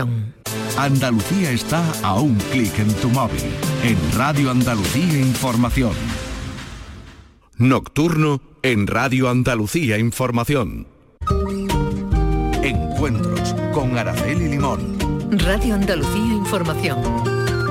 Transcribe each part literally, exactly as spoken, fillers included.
Andalucía está a un clic en tu móvil. En Radio Andalucía Información. Nocturno en Radio Andalucía Información. Encuentros con Araceli Limón. Radio Andalucía Información.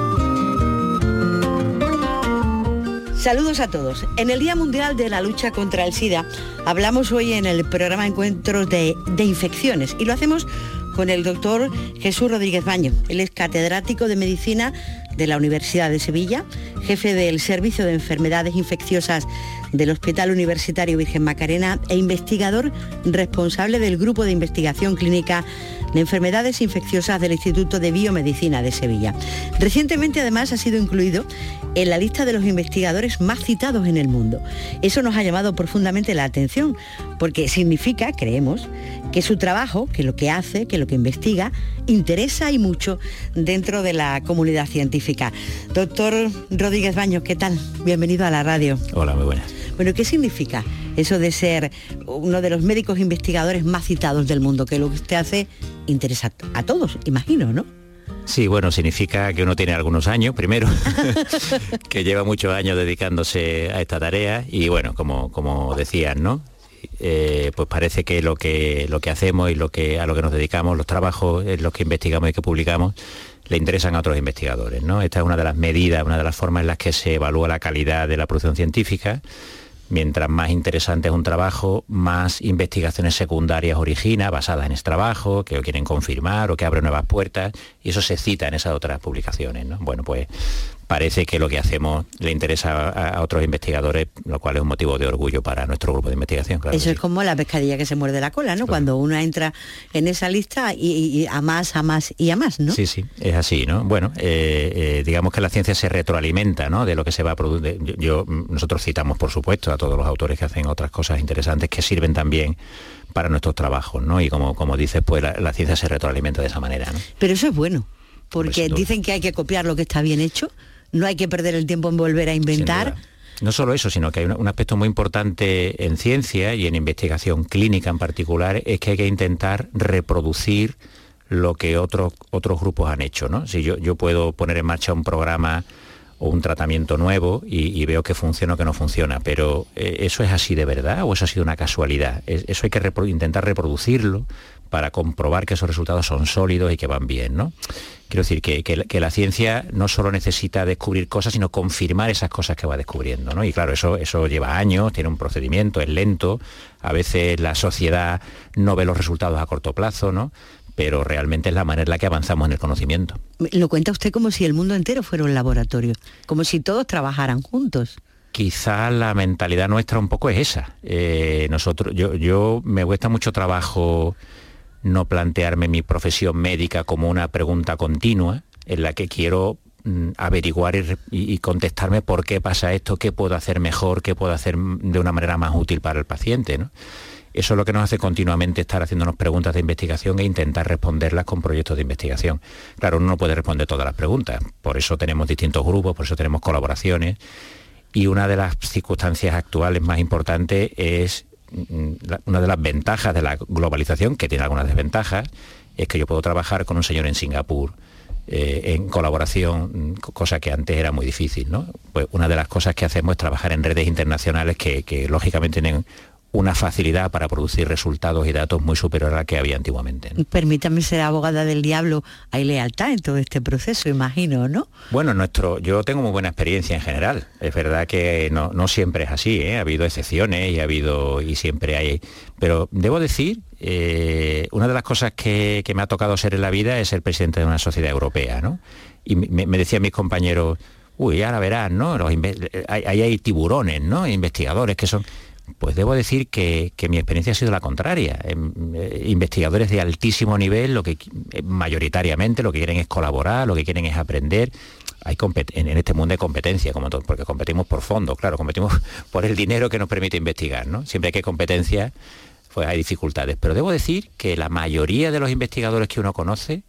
Saludos a todos. En el Día Mundial de la Lucha contra el SIDA hablamos hoy en el programa Encuentros de, de Infecciones y lo hacemos con el doctor Jesús Rodríguez Baño. Él es catedrático de Medicina de la Universidad de Sevilla, jefe del Servicio de Enfermedades Infecciosas del Hospital Universitario Virgen Macarena e investigador responsable del Grupo de Investigación Clínica de Enfermedades Infecciosas del Instituto de Biomedicina de Sevilla. Recientemente, además, ha sido incluido en la lista de los investigadores más citados en el mundo. Eso nos ha llamado profundamente la atención, porque significa, creemos, que su trabajo, que lo que hace, que lo que investiga, interesa y mucho dentro de la comunidad científica. Doctor Rodríguez Baños, ¿qué tal? Bienvenido a la radio. Hola, muy buenas. Bueno, ¿qué significa eso de ser uno de los médicos investigadores más citados del mundo? Que lo que usted hace interesa a todos, imagino, ¿no? Sí, bueno, significa que uno tiene algunos años, primero, que lleva muchos años dedicándose a esta tarea y bueno, como, como decían, ¿no? Eh, pues parece que lo que lo que hacemos y lo que a lo que nos dedicamos, los trabajos en los que investigamos y que publicamos, le interesan a otros investigadores, ¿no? Esta es una de las medidas, una de las formas en las que se evalúa la calidad de la producción científica. Mientras más interesante es un trabajo, más investigaciones secundarias origina, basadas en ese trabajo, que lo quieren confirmar o que abren nuevas puertas, y eso se cita en esas otras publicaciones, ¿no? Bueno, pues parece que lo que hacemos le interesa a, a otros investigadores, lo cual es un motivo de orgullo para nuestro grupo de investigación. Claro. Eso es sí. Como la pescadilla que se muerde la cola, ¿no? Claro. Cuando uno entra en esa lista y, y a más, a más y a más, ¿no? Sí, sí, es así, ¿no? Bueno, eh, eh, digamos que la ciencia se retroalimenta, ¿no? De lo que se va a producir. Yo, yo, nosotros citamos, por supuesto, a todos los autores que hacen otras cosas interesantes que sirven también para nuestros trabajos, ¿no? Y como, como dices, pues la, la ciencia se retroalimenta de esa manera, ¿no? Pero eso es bueno, porque pues, dicen que hay que copiar lo que está bien hecho. No hay que perder el tiempo en volver a inventar. No solo eso, sino que hay un, un aspecto muy importante en ciencia y en investigación clínica en particular, es que hay que intentar reproducir lo que otros otros grupos han hecho, ¿no? Si yo, yo puedo poner en marcha un programa o un tratamiento nuevo y, y veo que funciona o que no funciona, pero eh, ¿eso es así de verdad o eso ha sido una casualidad? Es, eso hay que repro- intentar reproducirlo para comprobar que esos resultados son sólidos y que van bien, ¿no? Quiero decir que, que, que la ciencia no solo necesita descubrir cosas, sino confirmar esas cosas que va descubriendo, ¿no? Y claro, eso, eso lleva años, tiene un procedimiento, es lento, a veces la sociedad no ve los resultados a corto plazo, ¿no? Pero realmente es la manera en la que avanzamos en el conocimiento. Lo cuenta usted como si el mundo entero fuera un laboratorio, como si todos trabajaran juntos. Quizá la mentalidad nuestra un poco es esa. Eh, nosotros, yo, yo me cuesta mucho trabajo no plantearme mi profesión médica como una pregunta continua en la que quiero mm, averiguar y, y contestarme por qué pasa esto, qué puedo hacer mejor, qué puedo hacer de una manera más útil para el paciente, ¿no? Eso es lo que nos hace continuamente estar haciéndonos preguntas de investigación e intentar responderlas con proyectos de investigación. Claro, uno no puede responder todas las preguntas, por eso tenemos distintos grupos, por eso tenemos colaboraciones, y una de las circunstancias actuales más importantes es una de las ventajas de la globalización, que tiene algunas desventajas, es que yo puedo trabajar con un señor en Singapur eh, en colaboración, cosa que antes era muy difícil, ¿no? Pues una de las cosas que hacemos es trabajar en redes internacionales que, que lógicamente tienen una facilidad para producir resultados y datos muy superior a la que había antiguamente, ¿no? Permítame ser abogada del diablo, hay lealtad en todo este proceso, imagino, ¿no? Bueno, nuestro, yo tengo muy buena experiencia en general. Es verdad que no, no siempre es así, ¿eh? Ha habido excepciones y ha habido y siempre hay. Pero debo decir, eh, una de las cosas que, que me ha tocado ser en la vida es ser presidente de una sociedad europea, ¿no? Y me, me decían mis compañeros, uy, ahora verás, ¿no? Los ahí hay, hay tiburones, ¿no? Investigadores que son. Pues debo decir que, que mi experiencia ha sido la contraria. Eh, investigadores de altísimo nivel, lo que eh, mayoritariamente lo que quieren es colaborar, lo que quieren es aprender. Hay en, en este mundo hay competencia, como todo, porque competimos por fondos, claro, competimos por el dinero que nos permite investigar, ¿no? Siempre que hay competencia, pues hay dificultades. Pero debo decir que la mayoría de los investigadores que uno conoce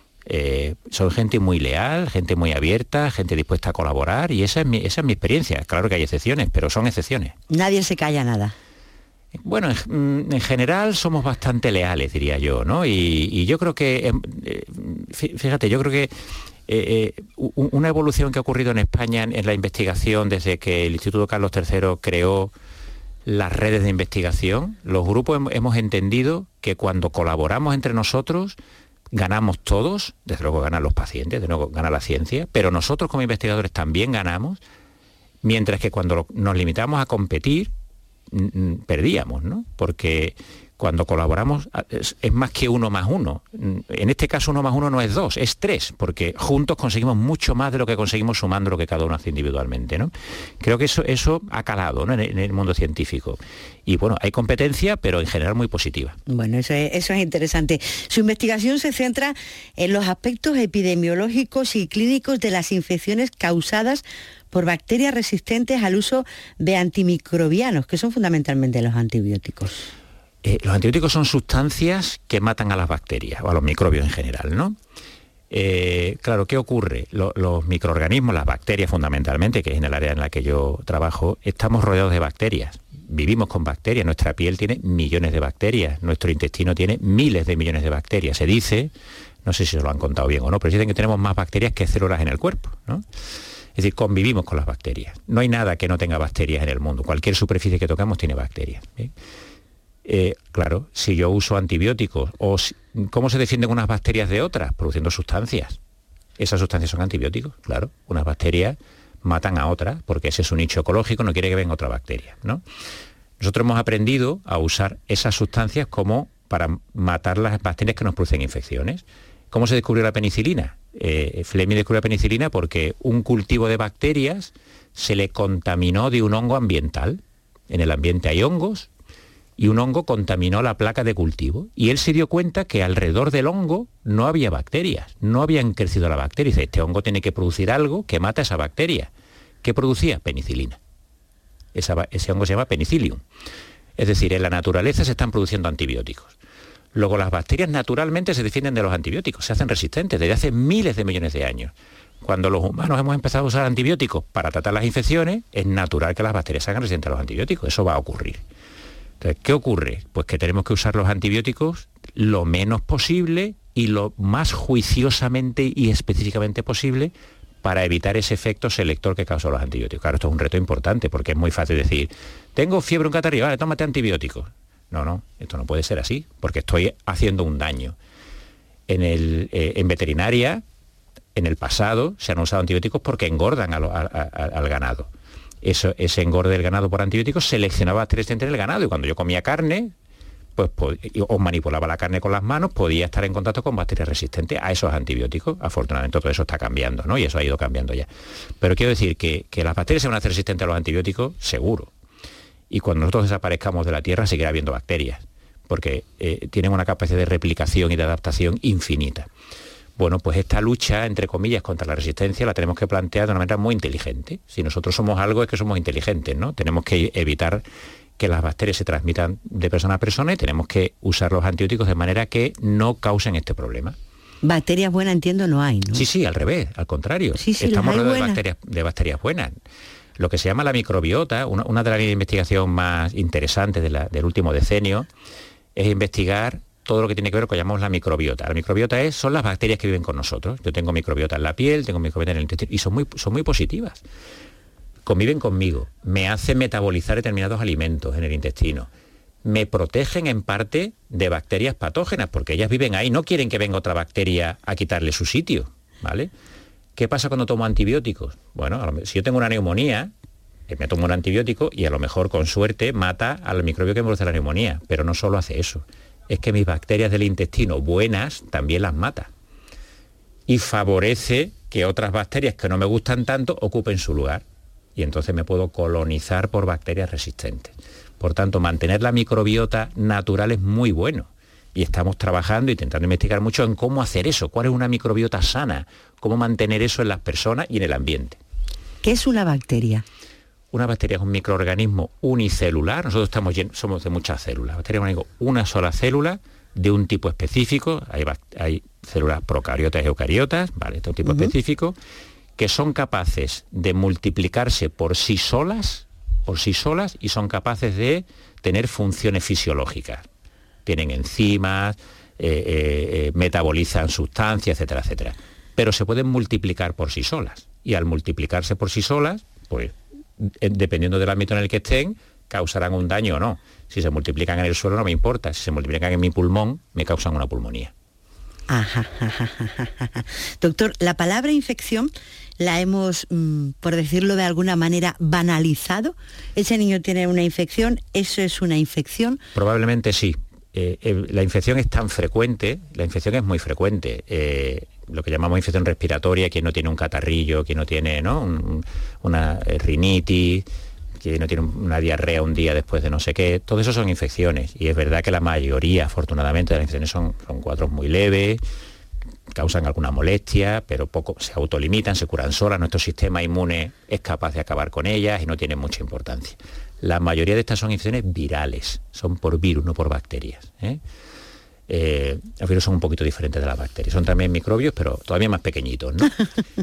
Eh, son gente muy leal, gente muy abierta, gente dispuesta a colaborar, y esa es mi, esa es mi experiencia. Claro que hay excepciones, pero son excepciones. Nadie se calla nada. Bueno, en, en general somos bastante leales, diría yo, ¿no? Y, y yo creo que, eh, fíjate, yo creo que eh, eh, una evolución que ha ocurrido en España en, en la investigación desde que el Instituto Carlos tercero creó las redes de investigación, los grupos hem, hemos entendido que cuando colaboramos entre nosotros, ganamos todos, desde luego ganan los pacientes, desde luego gana la ciencia, pero nosotros como investigadores también ganamos, mientras que cuando nos limitamos a competir, perdíamos, ¿no? Porque cuando colaboramos es, es más que uno más uno. En este caso uno más uno no es dos, es tres, porque juntos conseguimos mucho más de lo que conseguimos sumando lo que cada uno hace individualmente, ¿no? Creo que eso, eso ha calado, ¿no? en, el, en el mundo científico. Y bueno, hay competencia, pero en general muy positiva. Bueno, eso es, eso es interesante. Su investigación se centra en los aspectos epidemiológicos y clínicos de las infecciones causadas por bacterias resistentes al uso de antimicrobianos, que son fundamentalmente los antibióticos. Eh, los antibióticos son sustancias que matan a las bacterias, o a los microbios en general, ¿no? Eh, claro, ¿qué ocurre? Lo, los microorganismos, las bacterias fundamentalmente, que es en el área en la que yo trabajo, estamos rodeados de bacterias. Vivimos con bacterias, nuestra piel tiene millones de bacterias, nuestro intestino tiene miles de millones de bacterias. Se dice, no sé si se lo han contado bien o no, pero dicen que tenemos más bacterias que células en el cuerpo, ¿no? Es decir, convivimos con las bacterias. No hay nada que no tenga bacterias en el mundo. Cualquier superficie que tocamos tiene bacterias. ¿Sí? Eh, claro, si yo uso antibióticos, o si, ¿cómo se defienden unas bacterias de otras? Produciendo sustancias. Esas sustancias son antibióticos, claro. Unas bacterias matan a otras, porque ese es un nicho ecológico, no quiere que venga otra bacteria, ¿no? Nosotros hemos aprendido a usar esas sustancias como para matar las bacterias que nos producen infecciones. ¿Cómo se descubrió la penicilina? Eh, Fleming descubrió la penicilina porque un cultivo de bacterias se le contaminó de un hongo ambiental. En el ambiente hay hongos y un hongo contaminó la placa de cultivo. Y él se dio cuenta que alrededor del hongo no había bacterias, no habían crecido la bacteria. Y dice, este hongo tiene que producir algo que mata a esa bacteria. ¿Qué producía? Penicilina. Esa, ese hongo se llama penicillium. Es decir, en la naturaleza se están produciendo antibióticos. Luego las bacterias naturalmente se defienden de los antibióticos, se hacen resistentes desde hace miles de millones de años. Cuando los humanos hemos empezado a usar antibióticos para tratar las infecciones, es natural que las bacterias se hagan resistentes a los antibióticos, eso va a ocurrir. Entonces, ¿qué ocurre? Pues que tenemos que usar los antibióticos lo menos posible y lo más juiciosamente y específicamente posible para evitar ese efecto selector que causan los antibióticos. Claro, esto es un reto importante porque es muy fácil decir, tengo fiebre, un catarro, vale, tómate antibióticos. No, no, esto no puede ser así, porque estoy haciendo un daño. En, el, eh, en veterinaria, en el pasado, se han usado antibióticos porque engordan a lo, a, a, al ganado. Eso, ese engorde del ganado por antibióticos seleccionaba bacterias en el ganado, y cuando yo comía carne, pues, o manipulaba la carne con las manos, podía estar en contacto con bacterias resistentes a esos antibióticos. Afortunadamente todo eso está cambiando, ¿no? Y eso ha ido cambiando ya. Pero quiero decir que, que las bacterias se van a hacer resistentes a los antibióticos, seguro. Y cuando nosotros desaparezcamos de la Tierra seguirá habiendo bacterias, porque eh, tienen una capacidad de replicación y de adaptación infinita. Bueno, pues esta lucha, entre comillas, contra la resistencia la tenemos que plantear de una manera muy inteligente. Si nosotros somos algo es que somos inteligentes, ¿no? Tenemos que evitar que las bacterias se transmitan de persona a persona y tenemos que usar los antibióticos de manera que no causen este problema. Bacterias buenas, entiendo, no hay, ¿no? Sí, sí, al revés, al contrario. Sí, sí, Estamos rodeados de buenas. bacterias, de bacterias buenas. Lo que se llama la microbiota, una, una de las líneas de investigación más interesantes de la, del último decenio, es investigar todo lo que tiene que ver con lo que llamamos la microbiota. La microbiota es, son las bacterias que viven con nosotros. Yo tengo microbiota en la piel, tengo microbiota en el intestino, y son muy, son muy positivas. Conviven conmigo, me hacen metabolizar determinados alimentos en el intestino, me protegen en parte de bacterias patógenas, porque ellas viven ahí, no quieren que venga otra bacteria a quitarle su sitio, ¿vale? ¿Qué pasa cuando tomo antibióticos? Bueno, a lo, si yo tengo una neumonía, me tomo un antibiótico y a lo mejor con suerte mata al microbio que me produce la neumonía, pero no solo hace eso, es que mis bacterias del intestino buenas también las mata y favorece que otras bacterias que no me gustan tanto ocupen su lugar y entonces me puedo colonizar por bacterias resistentes. Por tanto, mantener la microbiota natural es muy bueno. Y estamos trabajando, intentando investigar mucho en cómo hacer eso, cuál es una microbiota sana, cómo mantener eso en las personas y en el ambiente. ¿Qué es una bacteria? Una bacteria es un microorganismo unicelular, nosotros estamos llenos, somos de muchas células. La bacteria es una sola célula de un tipo específico, hay, hay células procariotas y eucariotas, ¿vale? Este es un tipo uh-huh. específico, que son capaces de multiplicarse por sí solas por sí solas y son capaces de tener funciones fisiológicas. Tienen enzimas, eh, eh, metabolizan sustancias, etcétera, etcétera. Pero se pueden multiplicar por sí solas. Y al multiplicarse por sí solas, pues, dependiendo del ámbito en el que estén, causarán un daño o no. Si se multiplican en el suelo no me importa, si se multiplican en mi pulmón, me causan una pulmonía. Ajá, ajá, ajá, ajá. Doctor, la palabra infección la hemos, mmm, por decirlo de alguna manera, banalizado. Ese niño tiene una infección, ¿eso es una infección? Probablemente sí. Eh, eh, la infección es tan frecuente, la infección es muy frecuente. Eh, lo que llamamos infección respiratoria, quien no tiene un catarrillo, quien no tiene, ¿no?, un, una rinitis, que no tiene una diarrea un día después de no sé qué, todo eso son infecciones. Y es verdad que la mayoría, afortunadamente, de las infecciones son, son cuadros muy leves, causan alguna molestia, pero poco se autolimitan, se curan solas, nuestro sistema inmune es capaz de acabar con ellas y no tienen mucha importancia. La mayoría de estas son infecciones virales, son por virus, no por bacterias. ¿eh? Eh, los virus son un poquito diferentes de las bacterias, son también microbios, pero todavía más pequeñitos, ¿no?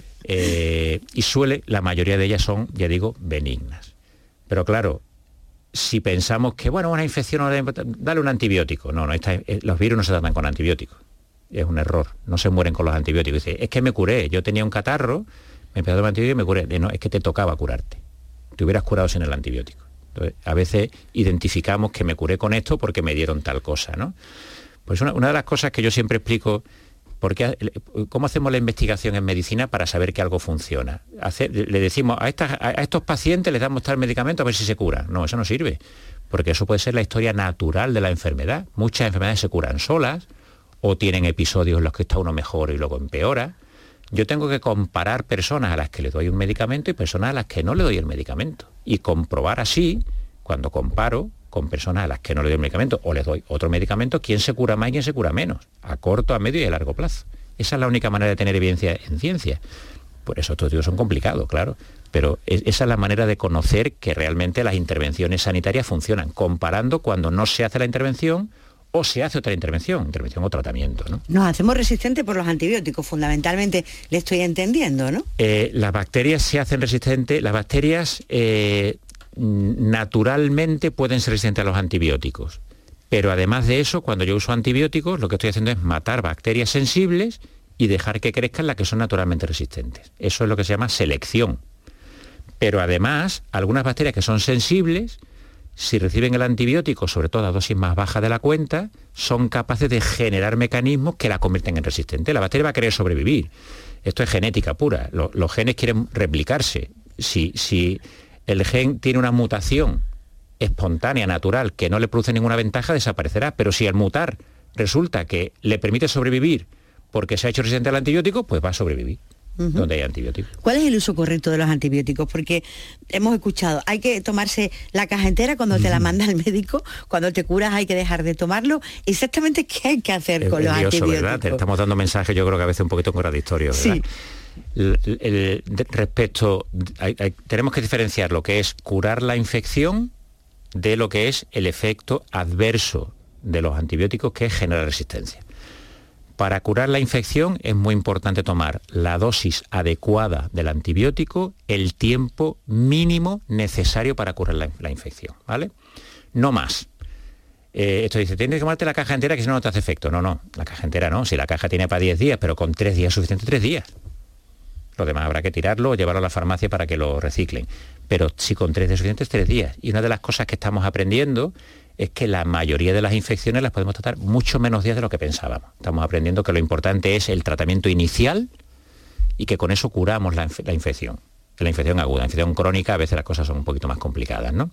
eh, y suele, la mayoría de ellas son, ya digo, benignas. Pero claro, si pensamos que, bueno, una infección, dale un antibiótico. No, no, esta, los virus no se tratan con antibióticos. Es un error, no se mueren con los antibióticos. Dice, es que me curé, yo tenía un catarro, me empezó a tomar antibiótico y me curé. No, es que te tocaba curarte. Te hubieras curado sin el antibiótico. Entonces, a veces identificamos que me curé con esto porque me dieron tal cosa, ¿no? Pues una, una de las cosas que yo siempre explico, porque, ¿cómo hacemos la investigación en medicina para saber que algo funciona? Hace, le decimos, a, estas, a estos pacientes les damos tal medicamento a ver si se curan. No, eso no sirve, porque eso puede ser la historia natural de la enfermedad. Muchas enfermedades se curan solas, o tienen episodios en los que está uno mejor y luego empeora. Yo tengo que comparar personas a las que le doy un medicamento y personas a las que no le doy el medicamento. Y comprobar así, cuando comparo con personas a las que no le doy el medicamento o les doy otro medicamento, quién se cura más y quién se cura menos, a corto, a medio y a largo plazo. Esa es la única manera de tener evidencia en ciencia. Por eso estos estudios son complicados, claro, pero es, esa es la manera de conocer que realmente las intervenciones sanitarias funcionan, comparando cuando no se hace la intervención o se hace otra intervención, intervención o tratamiento, ¿no? Nos hacemos resistentes por los antibióticos, fundamentalmente, le estoy entendiendo, ¿no? Eh, las bacterias se hacen resistentes, las bacterias eh, naturalmente pueden ser resistentes a los antibióticos, pero además de eso, cuando yo uso antibióticos, lo que estoy haciendo es matar bacterias sensibles y dejar que crezcan las que son naturalmente resistentes. Eso es lo que se llama selección. Pero además, algunas bacterias que son sensibles, si reciben el antibiótico, sobre todo a dosis más bajas de la cuenta, son capaces de generar mecanismos que la convierten en resistente. La bacteria va a querer sobrevivir. Esto es genética pura. Los, los genes quieren replicarse. Si, si el gen tiene una mutación espontánea, natural, que no le produce ninguna ventaja, desaparecerá. Pero si al mutar resulta que le permite sobrevivir porque se ha hecho resistente al antibiótico, pues va a sobrevivir. Uh-huh. Donde hay antibióticos. ¿Cuál es el uso correcto de los antibióticos? Porque hemos escuchado, hay que tomarse la caja entera cuando uh-huh. te la manda el médico, cuando te curas hay que dejar de tomarlo. Exactamente, ¿qué hay que hacer es, con es los lioso, antibióticos? ¿verdad? Te estamos dando mensajes, yo creo que a veces un poquito contradictorios, ¿verdad? Sí. El, el, el, de, respecto, hay, hay, tenemos que diferenciar lo que es curar la infección de lo que es el efecto adverso de los antibióticos, que es generar resistencia. Para curar la infección es muy importante tomar la dosis adecuada del antibiótico, el tiempo mínimo necesario para curar la, la infección, ¿vale? No más. Eh, esto dice, tienes que tomarte la caja entera que si no, no te hace efecto. No, no, la caja entera no. Si la caja tiene para diez días, pero con tres días es suficiente, tres días. Lo demás habrá que tirarlo o llevarlo a la farmacia para que lo reciclen. Pero si con tres días es suficiente, es tres días. Y una de las cosas que estamos aprendiendo es que la mayoría de las infecciones las podemos tratar mucho menos días de lo que pensábamos. Estamos aprendiendo que lo importante es el tratamiento inicial y que con eso curamos la, la infección. La infección aguda, la infección crónica, a veces las cosas son un poquito más complicadas, ¿no?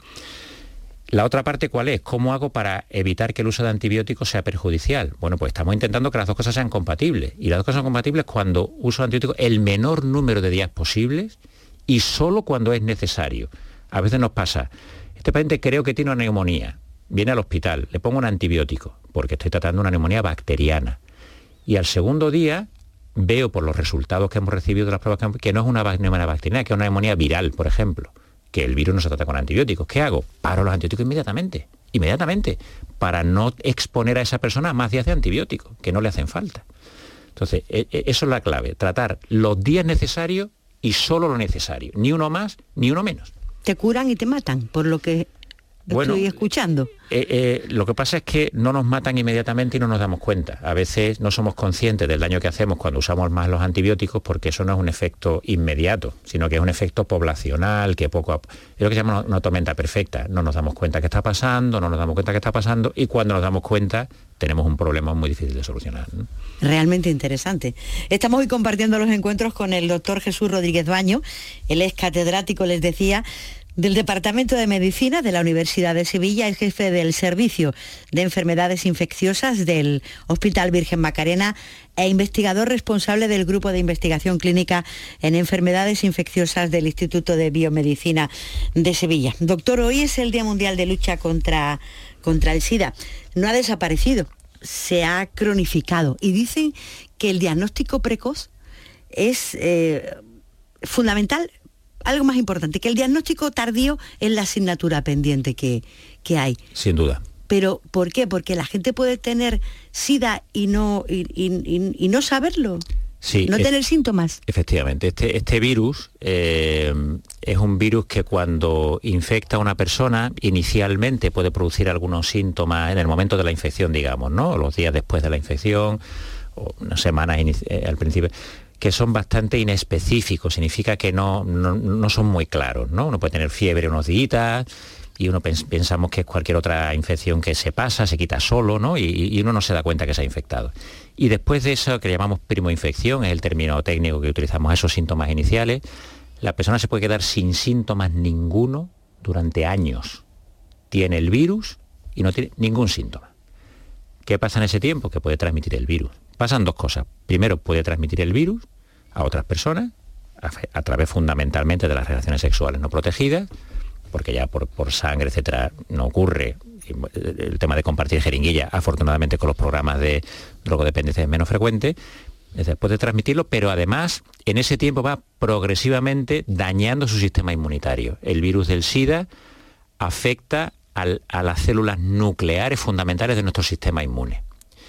La otra parte, ¿cuál es? ¿Cómo hago para evitar que el uso de antibióticos sea perjudicial? Bueno, pues estamos intentando que las dos cosas sean compatibles. Y las dos cosas son compatibles cuando uso antibióticos el menor número de días posibles y solo cuando es necesario. A veces nos pasa, este paciente creo que tiene una neumonía, viene al hospital, le pongo un antibiótico, porque estoy tratando una neumonía bacteriana. Y al segundo día veo por los resultados que hemos recibido de las pruebas que, que no es una neumonía bacteriana, que es una neumonía viral, por ejemplo, que el virus no se trata con antibióticos. ¿Qué hago? Paro los antibióticos inmediatamente, inmediatamente, para no exponer a esa persona a más días de antibióticos, que no le hacen falta. Entonces, eso es la clave, tratar los días necesarios y solo lo necesario, ni uno más, ni uno menos. te curan y te matan, por lo que bueno, estoy escuchando. Eh, eh, lo que pasa es que no nos matan inmediatamente y no nos damos cuenta. A veces no somos conscientes del daño que hacemos cuando usamos más los antibióticos, porque eso no es un efecto inmediato, sino que es un efecto poblacional, que poco a poco... Es lo que se llama una, una tormenta perfecta. No nos damos cuenta que está pasando, no nos damos cuenta que está pasando, y cuando nos damos cuenta tenemos un problema muy difícil de solucionar, ¿no? Realmente interesante. Estamos hoy compartiendo los encuentros con el doctor Jesús Rodríguez Baño. Él es catedrático, les decía, del Departamento de Medicina de la Universidad de Sevilla, es jefe del Servicio de Enfermedades Infecciosas del Hospital Virgen Macarena e investigador responsable del Grupo de Investigación Clínica en Enfermedades Infecciosas del Instituto de Biomedicina de Sevilla. Doctor, hoy es el Día Mundial de Lucha contra, contra el SIDA. No ha desaparecido, se ha cronificado, y dicen que el diagnóstico precoz es eh, fundamental. Algo más importante, que el diagnóstico tardío es la asignatura pendiente que, que hay. Sin duda. Pero, ¿por qué? Porque la gente puede tener SIDA y no, y, y, y no saberlo. Sí, no es, tener síntomas. Efectivamente, este, este virus eh, es un virus que cuando infecta a una persona, inicialmente puede producir algunos síntomas en el momento de la infección, digamos, ¿no? Los días después de la infección, o unas semanas eh, al principio, que son bastante inespecíficos, significa que no, no, no son muy claros, ¿no? Uno puede tener fiebre unos días y uno pens pensamos que es cualquier otra infección que se pasa, se quita solo, ¿no? Y, y uno no se da cuenta que se ha infectado. Y después de eso, que llamamos primoinfección, es el término técnico que utilizamos, esos síntomas iniciales, la persona se puede quedar sin síntomas ninguno durante años. Tiene el virus y no tiene ningún síntoma. ¿Qué pasa en ese tiempo? Que puede transmitir el virus. Pasan dos cosas. Primero, puede transmitir el virus a otras personas, a, a través fundamentalmente de las relaciones sexuales no protegidas, porque ya por, por sangre, etcétera, no ocurre. El tema de compartir jeringuilla, afortunadamente con los programas de drogodependencia es menos frecuente. Puede transmitirlo, pero además en ese tiempo va progresivamente dañando su sistema inmunitario. El virus del SIDA afecta al, a las células nucleares fundamentales de nuestro sistema inmune.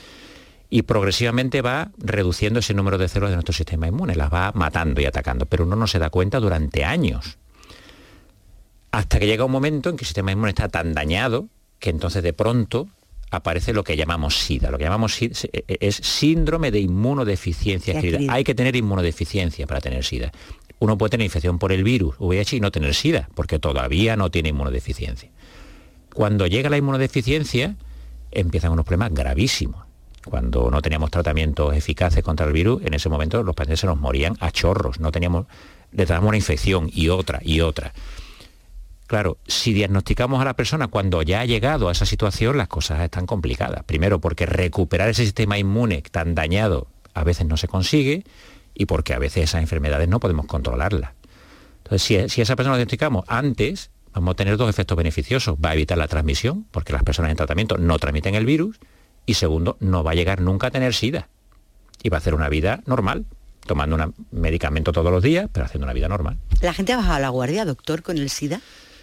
Y progresivamente va reduciendo ese número de células de nuestro sistema inmune, las va matando y atacando, pero uno no se da cuenta durante años. Hasta que llega un momento en que el sistema inmune está tan dañado que entonces de pronto aparece lo que llamamos SIDA. Lo que llamamos SIDA es síndrome de inmunodeficiencia adquirida. Hay que tener inmunodeficiencia para tener SIDA. Uno puede tener infección por el virus V I H y no tener SIDA, porque todavía no tiene inmunodeficiencia. Cuando llega la inmunodeficiencia, empiezan unos problemas gravísimos. Cuando no teníamos tratamientos eficaces contra el virus, en ese momento los pacientes se nos morían a chorros. No teníamos, le tratábamos una infección y otra y otra. Claro, si diagnosticamos a la persona cuando ya ha llegado a esa situación, las cosas están complicadas. Primero, porque recuperar ese sistema inmune tan dañado a veces no se consigue, y porque a veces esas enfermedades no podemos controlarlas. Entonces, si, si a esa persona la diagnosticamos antes, vamos a tener dos efectos beneficiosos. Va a evitar la transmisión, porque las personas en tratamiento no transmiten el virus, y segundo, no va a llegar nunca a tener SIDA. Y va a hacer una vida normal, tomando un medicamento todos los días, pero haciendo una vida normal. ¿La gente ha bajado la guardia, doctor, con el SIDA?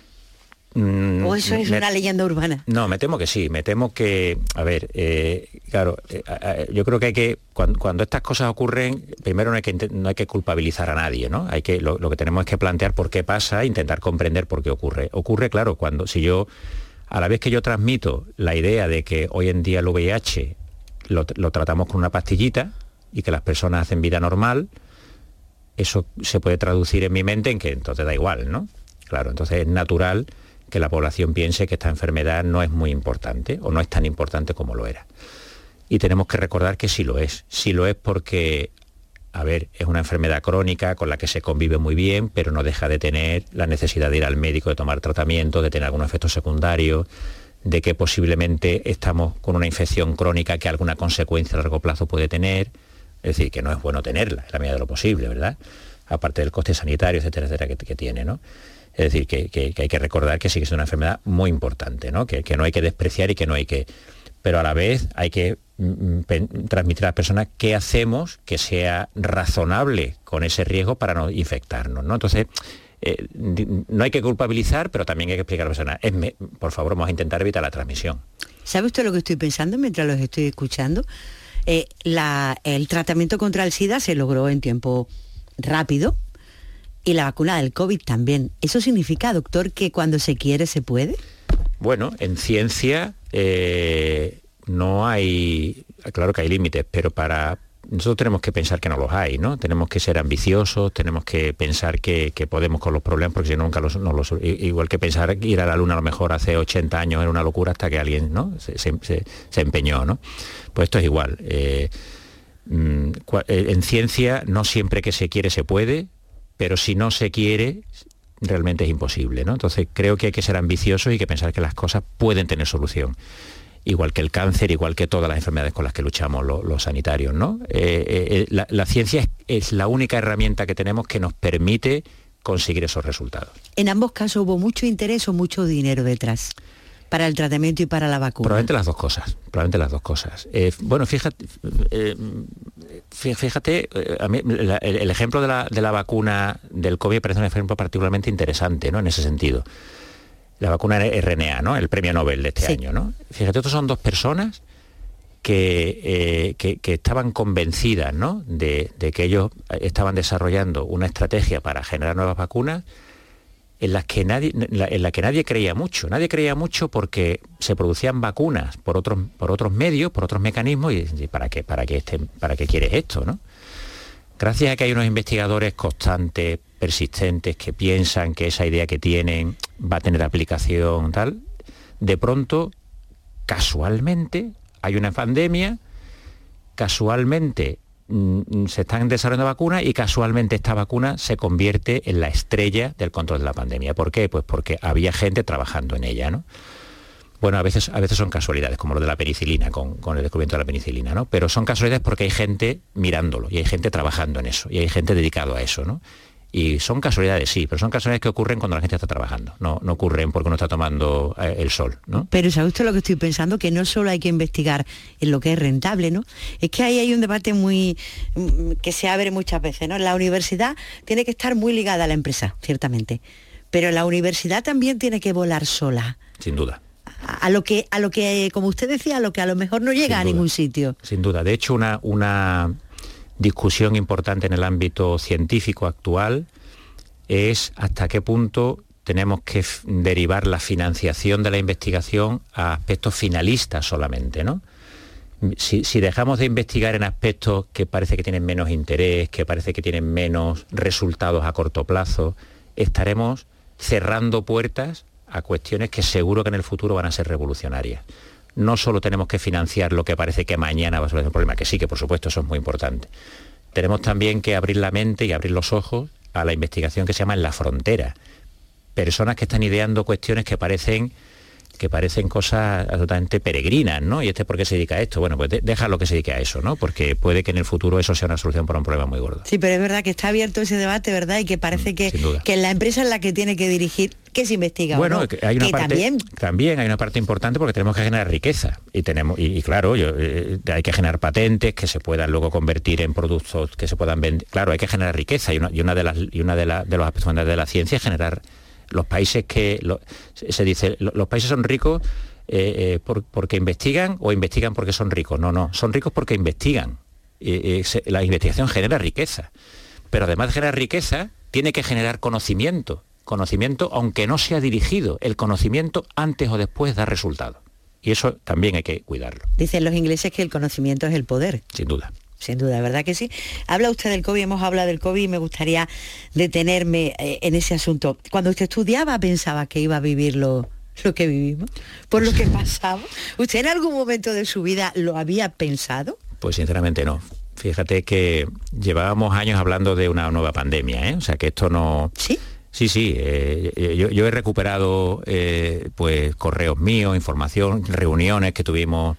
¿O eso es me, una leyenda urbana? No, me temo que sí, me temo que, a ver, eh, claro, eh, eh, yo creo que hay que, cuando, cuando estas cosas ocurren, primero no hay que, no hay que culpabilizar a nadie, ¿no? Hay que, lo, lo que tenemos es que plantear por qué pasa e intentar comprender por qué ocurre. Ocurre, claro, cuando, si yo, a la vez que yo transmito la idea de que hoy en día el V I H lo, lo tratamos con una pastillita y que las personas hacen vida normal, eso se puede traducir en mi mente en que entonces da igual, ¿no? Claro, entonces es natural que la población piense que esta enfermedad no es muy importante o no es tan importante como lo era. Y tenemos que recordar que sí lo es. Sí lo es porque, a ver, es una enfermedad crónica con la que se convive muy bien, pero no deja de tener la necesidad de ir al médico, de tomar tratamiento, de tener algunos efectos secundarios, de que posiblemente estamos con una infección crónica que alguna consecuencia a largo plazo puede tener. Es decir, que no es bueno tenerla, en la medida de lo posible, ¿verdad? Aparte del coste sanitario, etcétera, etcétera, que, que tiene, ¿no? Es decir, que, que, que hay que recordar que sí que es una enfermedad muy importante, ¿no? Que, que no hay que despreciar y que no hay que... Pero a la vez hay que mm, transmitir a las personas qué hacemos que sea razonable con ese riesgo para no infectarnos, ¿no? Entonces, eh, no hay que culpabilizar, pero también hay que explicar a las personas, es me, por favor, vamos a intentar evitar la transmisión. ¿Sabe usted lo que estoy pensando mientras los estoy escuchando? Eh, la, el tratamiento contra el SIDA se logró en tiempo rápido. y la vacuna del COVID también. ¿Eso significa, doctor, que cuando se quiere se puede? Bueno, en ciencia eh, no hay, claro que hay límites, pero para nosotros tenemos que pensar que no los hay, ¿no? Tenemos que ser ambiciosos, tenemos que pensar que, que podemos con los problemas, porque si no, nunca los, no los... Igual que pensar ir a la Luna a lo mejor hace ochenta años era una locura hasta que alguien, ¿no?, se, se, se empeñó, ¿no? Pues esto es igual. Eh, en ciencia no siempre que se quiere se puede, pero si no se quiere realmente es imposible, ¿no? Entonces creo que hay que ser ambiciosos y que pensar que las cosas pueden tener solución. Igual que el cáncer, igual que todas las enfermedades con las que luchamos los, los sanitarios, ¿no? Eh, eh, la, la ciencia es, es la única herramienta que tenemos que nos permite conseguir esos resultados. En ambos casos hubo mucho interés o mucho dinero detrás para el tratamiento y para la vacuna. Probablemente las dos cosas, probablemente las dos cosas. Eh, bueno, fíjate, eh, fíjate, eh, a mí, la, el, el ejemplo de la, de la vacuna del COVID parece un ejemplo particularmente interesante, ¿no?, en ese sentido. La vacuna R N A, ¿no?, el premio Nobel de este sí. año, ¿no? Fíjate, estos son dos personas que, eh, que, que estaban convencidas, ¿no?, de, de que ellos estaban desarrollando una estrategia para generar nuevas vacunas en las que nadie, en la, en la que nadie creía mucho. Nadie creía mucho porque se producían vacunas por otros, por otros medios, por otros mecanismos, y, y ¿para qué, para qué, este, para qué quieres esto, ¿no? Gracias a que hay unos investigadores constantes, persistentes, que piensan que esa idea que tienen va a tener aplicación, tal, de pronto, casualmente, hay una pandemia, casualmente mmm, se están desarrollando vacunas y casualmente esta vacuna se convierte en la estrella del control de la pandemia. ¿Por qué? Pues porque había gente trabajando en ella, ¿no? Bueno, a veces, a veces son casualidades, como lo de la penicilina, con, con el descubrimiento de la penicilina, ¿no? Pero son casualidades porque hay gente mirándolo, y hay gente trabajando en eso, y hay gente dedicado a eso, ¿no? Y son casualidades, sí, pero son casualidades que ocurren cuando la gente está trabajando, no, no ocurren porque uno está tomando el sol, ¿no? Pero ¿sabe usted lo que estoy pensando? Que no solo hay que investigar en lo que es rentable, ¿no? Es que ahí hay un debate muy que se abre muchas veces, ¿no? La universidad tiene que estar muy ligada a la empresa, ciertamente, pero la universidad también tiene que volar sola. Sin duda. A lo que, a lo que, como usted decía, a lo que a lo mejor no llega a ningún sitio. Sin duda. De hecho, una, una discusión importante en el ámbito científico actual es hasta qué punto tenemos que f- derivar la financiación de la investigación a aspectos finalistas solamente, ¿no? Si, si dejamos de investigar en aspectos que parece que tienen menos interés, que parece que tienen menos resultados a corto plazo, estaremos cerrando puertas a cuestiones que seguro que en el futuro van a ser revolucionarias. No solo tenemos que financiar lo que parece que mañana va a ser un problema, que sí, que por supuesto eso es muy importante. Tenemos también que abrir la mente y abrir los ojos a la investigación que se llama en la frontera. Personas que están ideando cuestiones que parecen que parecen cosas absolutamente peregrinas, ¿no? ¿Y este por qué se dedica a esto? Bueno, pues de, déjalo que se dedique a eso, ¿no? Porque puede que en el futuro eso sea una solución para un problema muy gordo. Sí, pero es verdad que está abierto ese debate, ¿verdad? Y que parece mm, que, que la empresa es la que tiene que dirigir, que se investiga. Bueno, ¿no? hay una que parte, también... también hay una parte importante porque tenemos que generar riqueza. Y tenemos, y, y claro, yo, eh, hay que generar patentes que se puedan luego convertir en productos que se puedan vender. Claro, hay que generar riqueza y una, y una de las y una de, la, de los aspectos fundamentales de la ciencia es generar los países que lo, se dice, los países son ricos Eh, eh, por, porque investigan o investigan porque son ricos. No, no, son ricos porque investigan. Eh, eh, se, la investigación genera riqueza, pero además de generar riqueza, tiene que generar conocimiento. Conocimiento, aunque no sea dirigido, el conocimiento antes o después da resultado. Y eso también hay que cuidarlo. Dicen los ingleses que el conocimiento es el poder. Sin duda. Sin duda, ¿verdad que sí? Habla usted del COVID, hemos hablado del COVID y me gustaría detenerme eh, en ese asunto. Cuando usted estudiaba, ¿pensaba que iba a vivirlo lo que vivimos, por lo que pasaba? ¿Usted en algún momento de su vida lo había pensado? Pues sinceramente no. Fíjate que llevábamos años hablando de una nueva pandemia, ¿eh? O sea que esto no... ¿Sí? Sí, sí. Eh, yo, yo he recuperado eh, pues correos míos, información, reuniones que tuvimos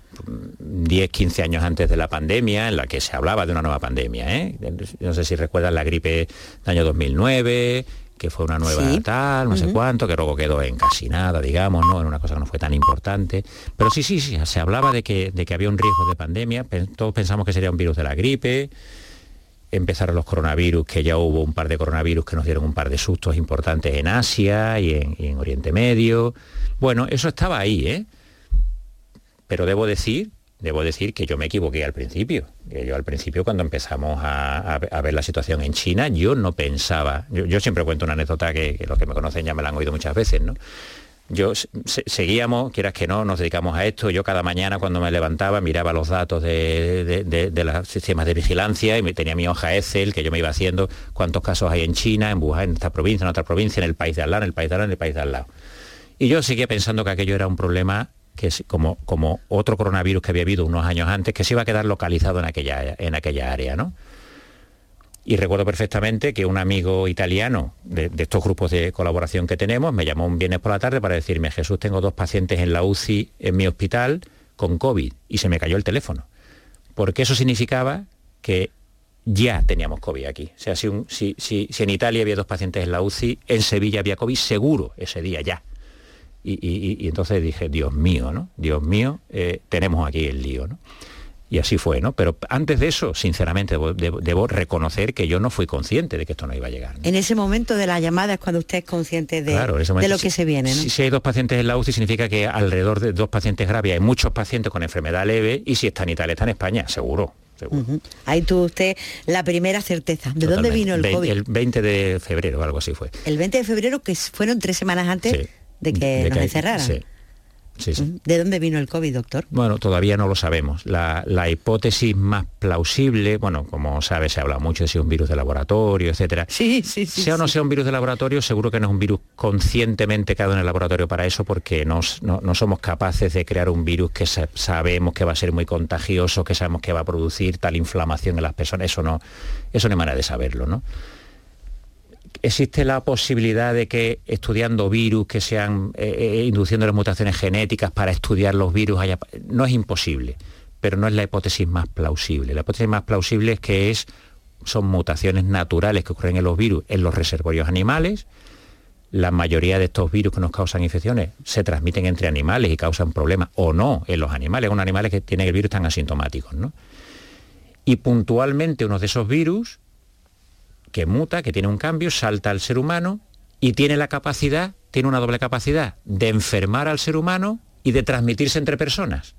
diez, quince años antes de la pandemia, en la que se hablaba de una nueva pandemia, ¿eh? No sé si recuerdan la gripe del año dos mil nueve... que fue una nueva sí. tal, no uh-huh. sé cuánto, que luego quedó en casi nada, digamos, ¿no? En una cosa que no fue tan importante. Pero sí, sí, sí, se hablaba de que, de que había un riesgo de pandemia, todos pensamos que sería un virus de la gripe, empezaron los coronavirus, que ya hubo un par de coronavirus que nos dieron un par de sustos importantes en Asia y en, y en Oriente Medio. Bueno, eso estaba ahí, ¿eh? Pero debo decir debo decir que yo me equivoqué al principio. Que yo al principio, cuando empezamos a, a, a ver la situación en China, yo no pensaba... Yo, yo siempre cuento una anécdota que, que los que me conocen ya me la han oído muchas veces, ¿no? Yo se, seguíamos, quieras que no, nos dedicamos a esto. Yo cada mañana cuando me levantaba miraba los datos de, de, de, de los sistemas de vigilancia y me tenía mi hoja Excel que yo me iba haciendo cuántos casos hay en China, en Wuhan, en esta provincia, en otra provincia, en el país de al lado, en el país de al lado, en el país de al lado. Y yo seguía pensando que aquello era un problema que es como, como otro coronavirus que había habido unos años antes, que se iba a quedar localizado en aquella, en aquella área, ¿no? Y recuerdo perfectamente que un amigo italiano de, de estos grupos de colaboración que tenemos me llamó un viernes por la tarde para decirme: Jesús, tengo dos pacientes en la U C I en mi hospital con COVID, y se me cayó el teléfono. Porque eso significaba que ya teníamos COVID aquí. O sea, si, un, si, si, si en Italia había dos pacientes en la U C I, en Sevilla había COVID seguro ese día ya. Y, y, y entonces dije, Dios mío, ¿no? Dios mío, eh, tenemos aquí el lío, ¿no? Y así fue, ¿no? Pero antes de eso, sinceramente, debo, debo, debo reconocer que yo no fui consciente de que esto no iba a llegar, ¿no? En ese momento de la llamada es cuando usted es consciente de, claro, momento, de lo que si, se viene, ¿no? Si, si hay dos pacientes en la U C I, significa que alrededor de dos pacientes graves hay muchos pacientes con enfermedad leve, y si está en Italia, está en España, seguro. seguro. Uh-huh. Ahí tuvo usted la primera certeza. ¿De Totalmente. Dónde vino el COVID? El veinte de febrero, algo así fue. El veinte de febrero, que fueron tres semanas antes sí. de que de nos que, encerraran. Sí. Sí, sí. ¿De dónde vino el COVID, doctor? Bueno, todavía no lo sabemos. La, la hipótesis más plausible, bueno, como sabe, se habla mucho de si es un virus de laboratorio, etcétera. Sí, sí, sí. Sea o no sí. sea un virus de laboratorio, seguro que no es un virus conscientemente creado en el laboratorio para eso, porque no, no, no somos capaces de crear un virus que se, sabemos que va a ser muy contagioso, que sabemos que va a producir tal inflamación en las personas. Eso no, eso no hay manera de saberlo, ¿no? ¿Existe la posibilidad de que estudiando virus, que sean eh, induciendo las mutaciones genéticas para estudiar los virus haya... No es imposible, pero no es la hipótesis más plausible. La hipótesis más plausible es que es, son mutaciones naturales que ocurren en los virus, en los reservorios animales. La mayoría de estos virus que nos causan infecciones se transmiten entre animales y causan problemas, o no, en los animales. Unos animales que tienen el virus están asintomáticos, ¿no? Y puntualmente uno de esos virus que muta, que tiene un cambio, salta al ser humano y tiene la capacidad, tiene una doble capacidad de enfermar al ser humano y de transmitirse entre personas.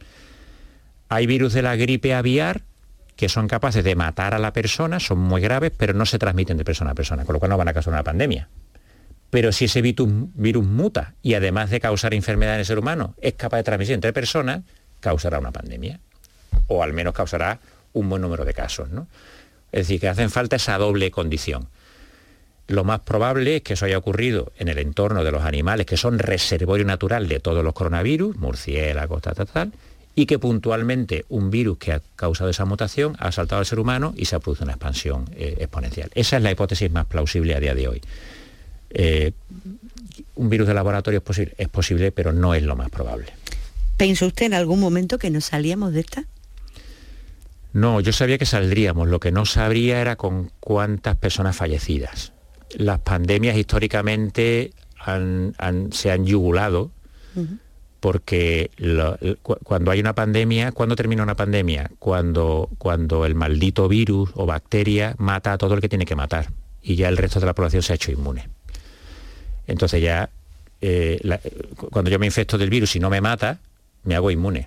Hay virus de la gripe aviar que son capaces de matar a la persona, son muy graves, pero no se transmiten de persona a persona, con lo cual no van a causar una pandemia. Pero si ese virus, virus muta y además de causar enfermedad en el ser humano, es capaz de transmitir entre personas, causará una pandemia. O al menos causará un buen número de casos, ¿no? Es decir, que hacen falta esa doble condición. Lo más probable es que eso haya ocurrido en el entorno de los animales, que son reservorio natural de todos los coronavirus, murciélagos, tal, tal, tal, y que puntualmente un virus que ha causado esa mutación ha saltado al ser humano y se ha producido una expansión eh, exponencial. Esa es la hipótesis más plausible a día de hoy. Eh, ¿Un virus de laboratorio es posible? Es posible, pero no es lo más probable. ¿Pensó usted en algún momento que nos salíamos de esta? No, yo sabía que saldríamos, lo que no sabría era con cuántas personas fallecidas. Las pandemias históricamente han, han, se han yugulado, uh-huh. porque lo, cu cuando hay una pandemia, ¿cuándo termina una pandemia? Cuando, cuando el maldito virus o bacteria mata a todo el que tiene que matar y ya el resto de la población se ha hecho inmune. Entonces ya, eh, la, cuando yo me infecto del virus y no me mata, me hago inmune.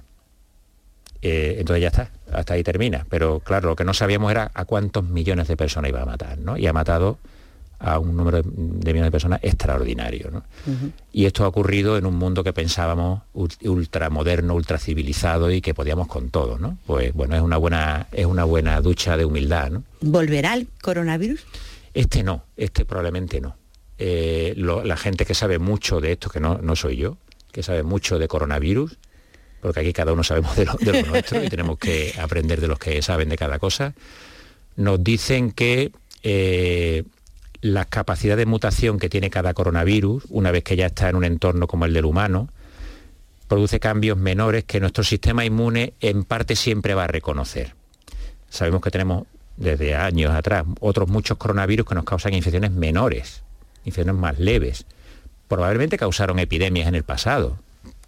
Eh, entonces ya está, hasta ahí termina. Pero claro, lo que no sabíamos era a cuántos millones de personas iba a matar, ¿no? Y ha matado a un número de, de millones de personas extraordinario, ¿no? Uh-huh. Y esto ha ocurrido en un mundo que pensábamos ultramoderno, ultracivilizado y que podíamos con todo, ¿no? Pues bueno, es una buena, es una buena ducha de humildad, ¿no? ¿Volverá el coronavirus? Este no, este probablemente no. Eh, lo, la gente que sabe mucho de esto, que no, no soy yo, que sabe mucho de coronavirus, porque aquí cada uno sabemos de lo, de lo nuestro y tenemos que aprender de los que saben de cada cosa, nos dicen que eh, la capacidad de mutación que tiene cada coronavirus, una vez que ya está en un entorno como el del humano, produce cambios menores que nuestro sistema inmune en parte siempre va a reconocer. Sabemos que tenemos desde años atrás otros muchos coronavirus que nos causan infecciones menores, infecciones más leves. Probablemente causaron epidemias en el pasado,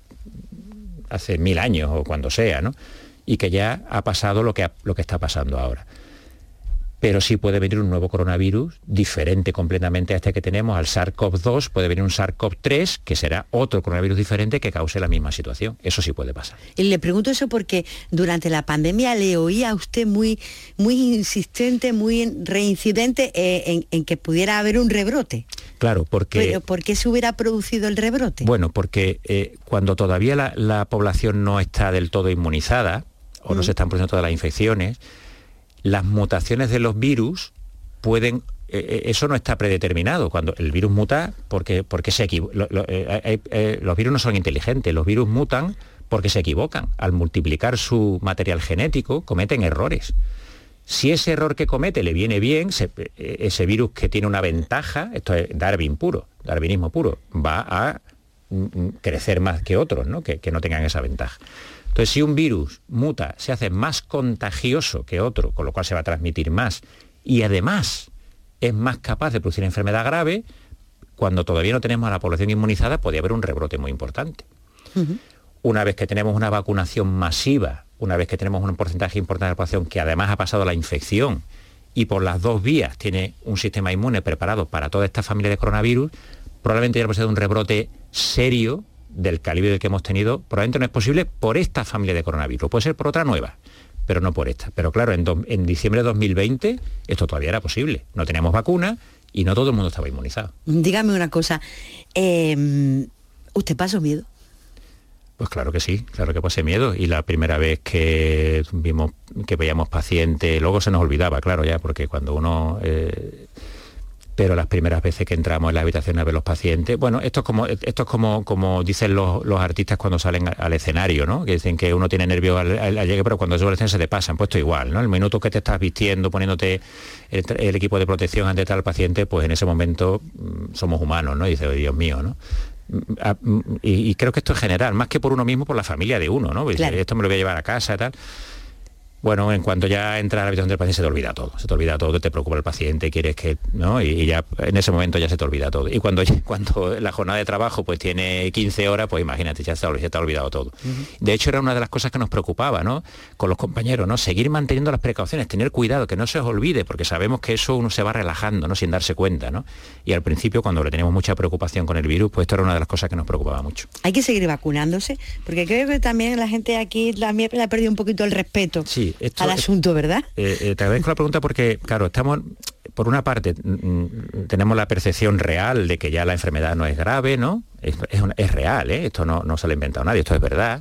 hace mil años o cuando sea, ¿no? Y que ya ha pasado lo que, ha, lo que está pasando ahora. pero sí puede venir un nuevo coronavirus diferente completamente a este que tenemos, al SARS CoV dos, puede venir un SARS CoV tres, que será otro coronavirus diferente que cause la misma situación. Eso sí puede pasar. Y le pregunto eso porque durante la pandemia le oía a usted muy, muy insistente, muy reincidente eh, en, en que pudiera haber un rebrote. Claro, porque... Pero, ¿por qué se hubiera producido el rebrote? Bueno, porque eh, cuando todavía la, la población no está del todo inmunizada, o mm. no se están produciendo todas las infecciones, las mutaciones de los virus pueden, eh, eso no está predeterminado. Cuando el virus muta, porque, porque se equivo- lo, lo, eh, eh, los virus no son inteligentes, los virus mutan porque se equivocan. Al multiplicar su material genético, cometen errores. Si ese error que comete le viene bien, se, eh, ese virus que tiene una ventaja, esto es Darwin puro, darwinismo puro, va a mm, crecer más que otros, ¿no? Que, que no tengan esa ventaja. Entonces, si un virus muta, se hace más contagioso que otro, con lo cual se va a transmitir más, y además es más capaz de producir enfermedad grave, cuando todavía no tenemos a la población inmunizada, podría haber un rebrote muy importante. Uh-huh. Una vez que tenemos una vacunación masiva, una vez que tenemos un porcentaje importante de la población que además ha pasado la infección y por las dos vías tiene un sistema inmune preparado para toda esta familia de coronavirus, probablemente ya puede ser un rebrote serio del calibre del que hemos tenido, probablemente no es posible por esta familia de coronavirus, puede ser por otra nueva, pero no por esta. Pero claro, en, do, en diciembre de dos mil veinte esto todavía era posible, no teníamos vacuna y no todo el mundo estaba inmunizado. Dígame una cosa, eh, ¿usted pasó miedo? Pues claro que sí, claro que pasé miedo, y la primera vez que vimos, que veíamos pacientes, luego se nos olvidaba, claro, ya, porque cuando uno... Eh, pero las primeras veces que entramos en las habitaciones a ver los pacientes, bueno, esto es como, esto es como, como dicen los, los artistas cuando salen al escenario, ¿no? Que dicen que uno tiene nervios al, al, al llegue, pero cuando sube al escenario se te pasan, pues esto igual, ¿no? El minuto que te estás vistiendo, poniéndote el, el equipo de protección ante tal paciente, pues en ese momento mmm, somos humanos, ¿no? Y dices, oh, Dios mío, ¿no? Y, y creo que esto es general, más que por uno mismo, por la familia de uno, ¿no? Pues claro. Esto me lo voy a llevar a casa y tal. Bueno, en cuanto ya entras a la habitación del paciente se te olvida todo, se te olvida todo, te preocupa el paciente, quieres que, ¿no? Y, y ya en ese momento ya se te olvida todo. Y cuando, cuando la jornada de trabajo pues tiene quince horas, pues imagínate, ya se te, ya te ha olvidado todo. Uh-huh. De hecho, era una de las cosas que nos preocupaba, ¿no? Con los compañeros, ¿no? Seguir manteniendo las precauciones, tener cuidado, que no se os olvide, porque sabemos que eso uno se va relajando, ¿no? Sin darse cuenta, ¿no? Y al principio, cuando le teníamos mucha preocupación con el virus, pues esto era una de las cosas que nos preocupaba mucho. Hay que seguir vacunándose, porque creo que también la gente aquí también le ha perdido un poquito el respeto sí, esto, al asunto, ¿verdad? Eh, eh, te agradezco la pregunta porque, claro, estamos, por una parte, mm, tenemos la percepción real de que ya la enfermedad no es grave, ¿no? Es, es, es real, ¿eh? Esto no, no se lo ha inventado nadie, esto es verdad.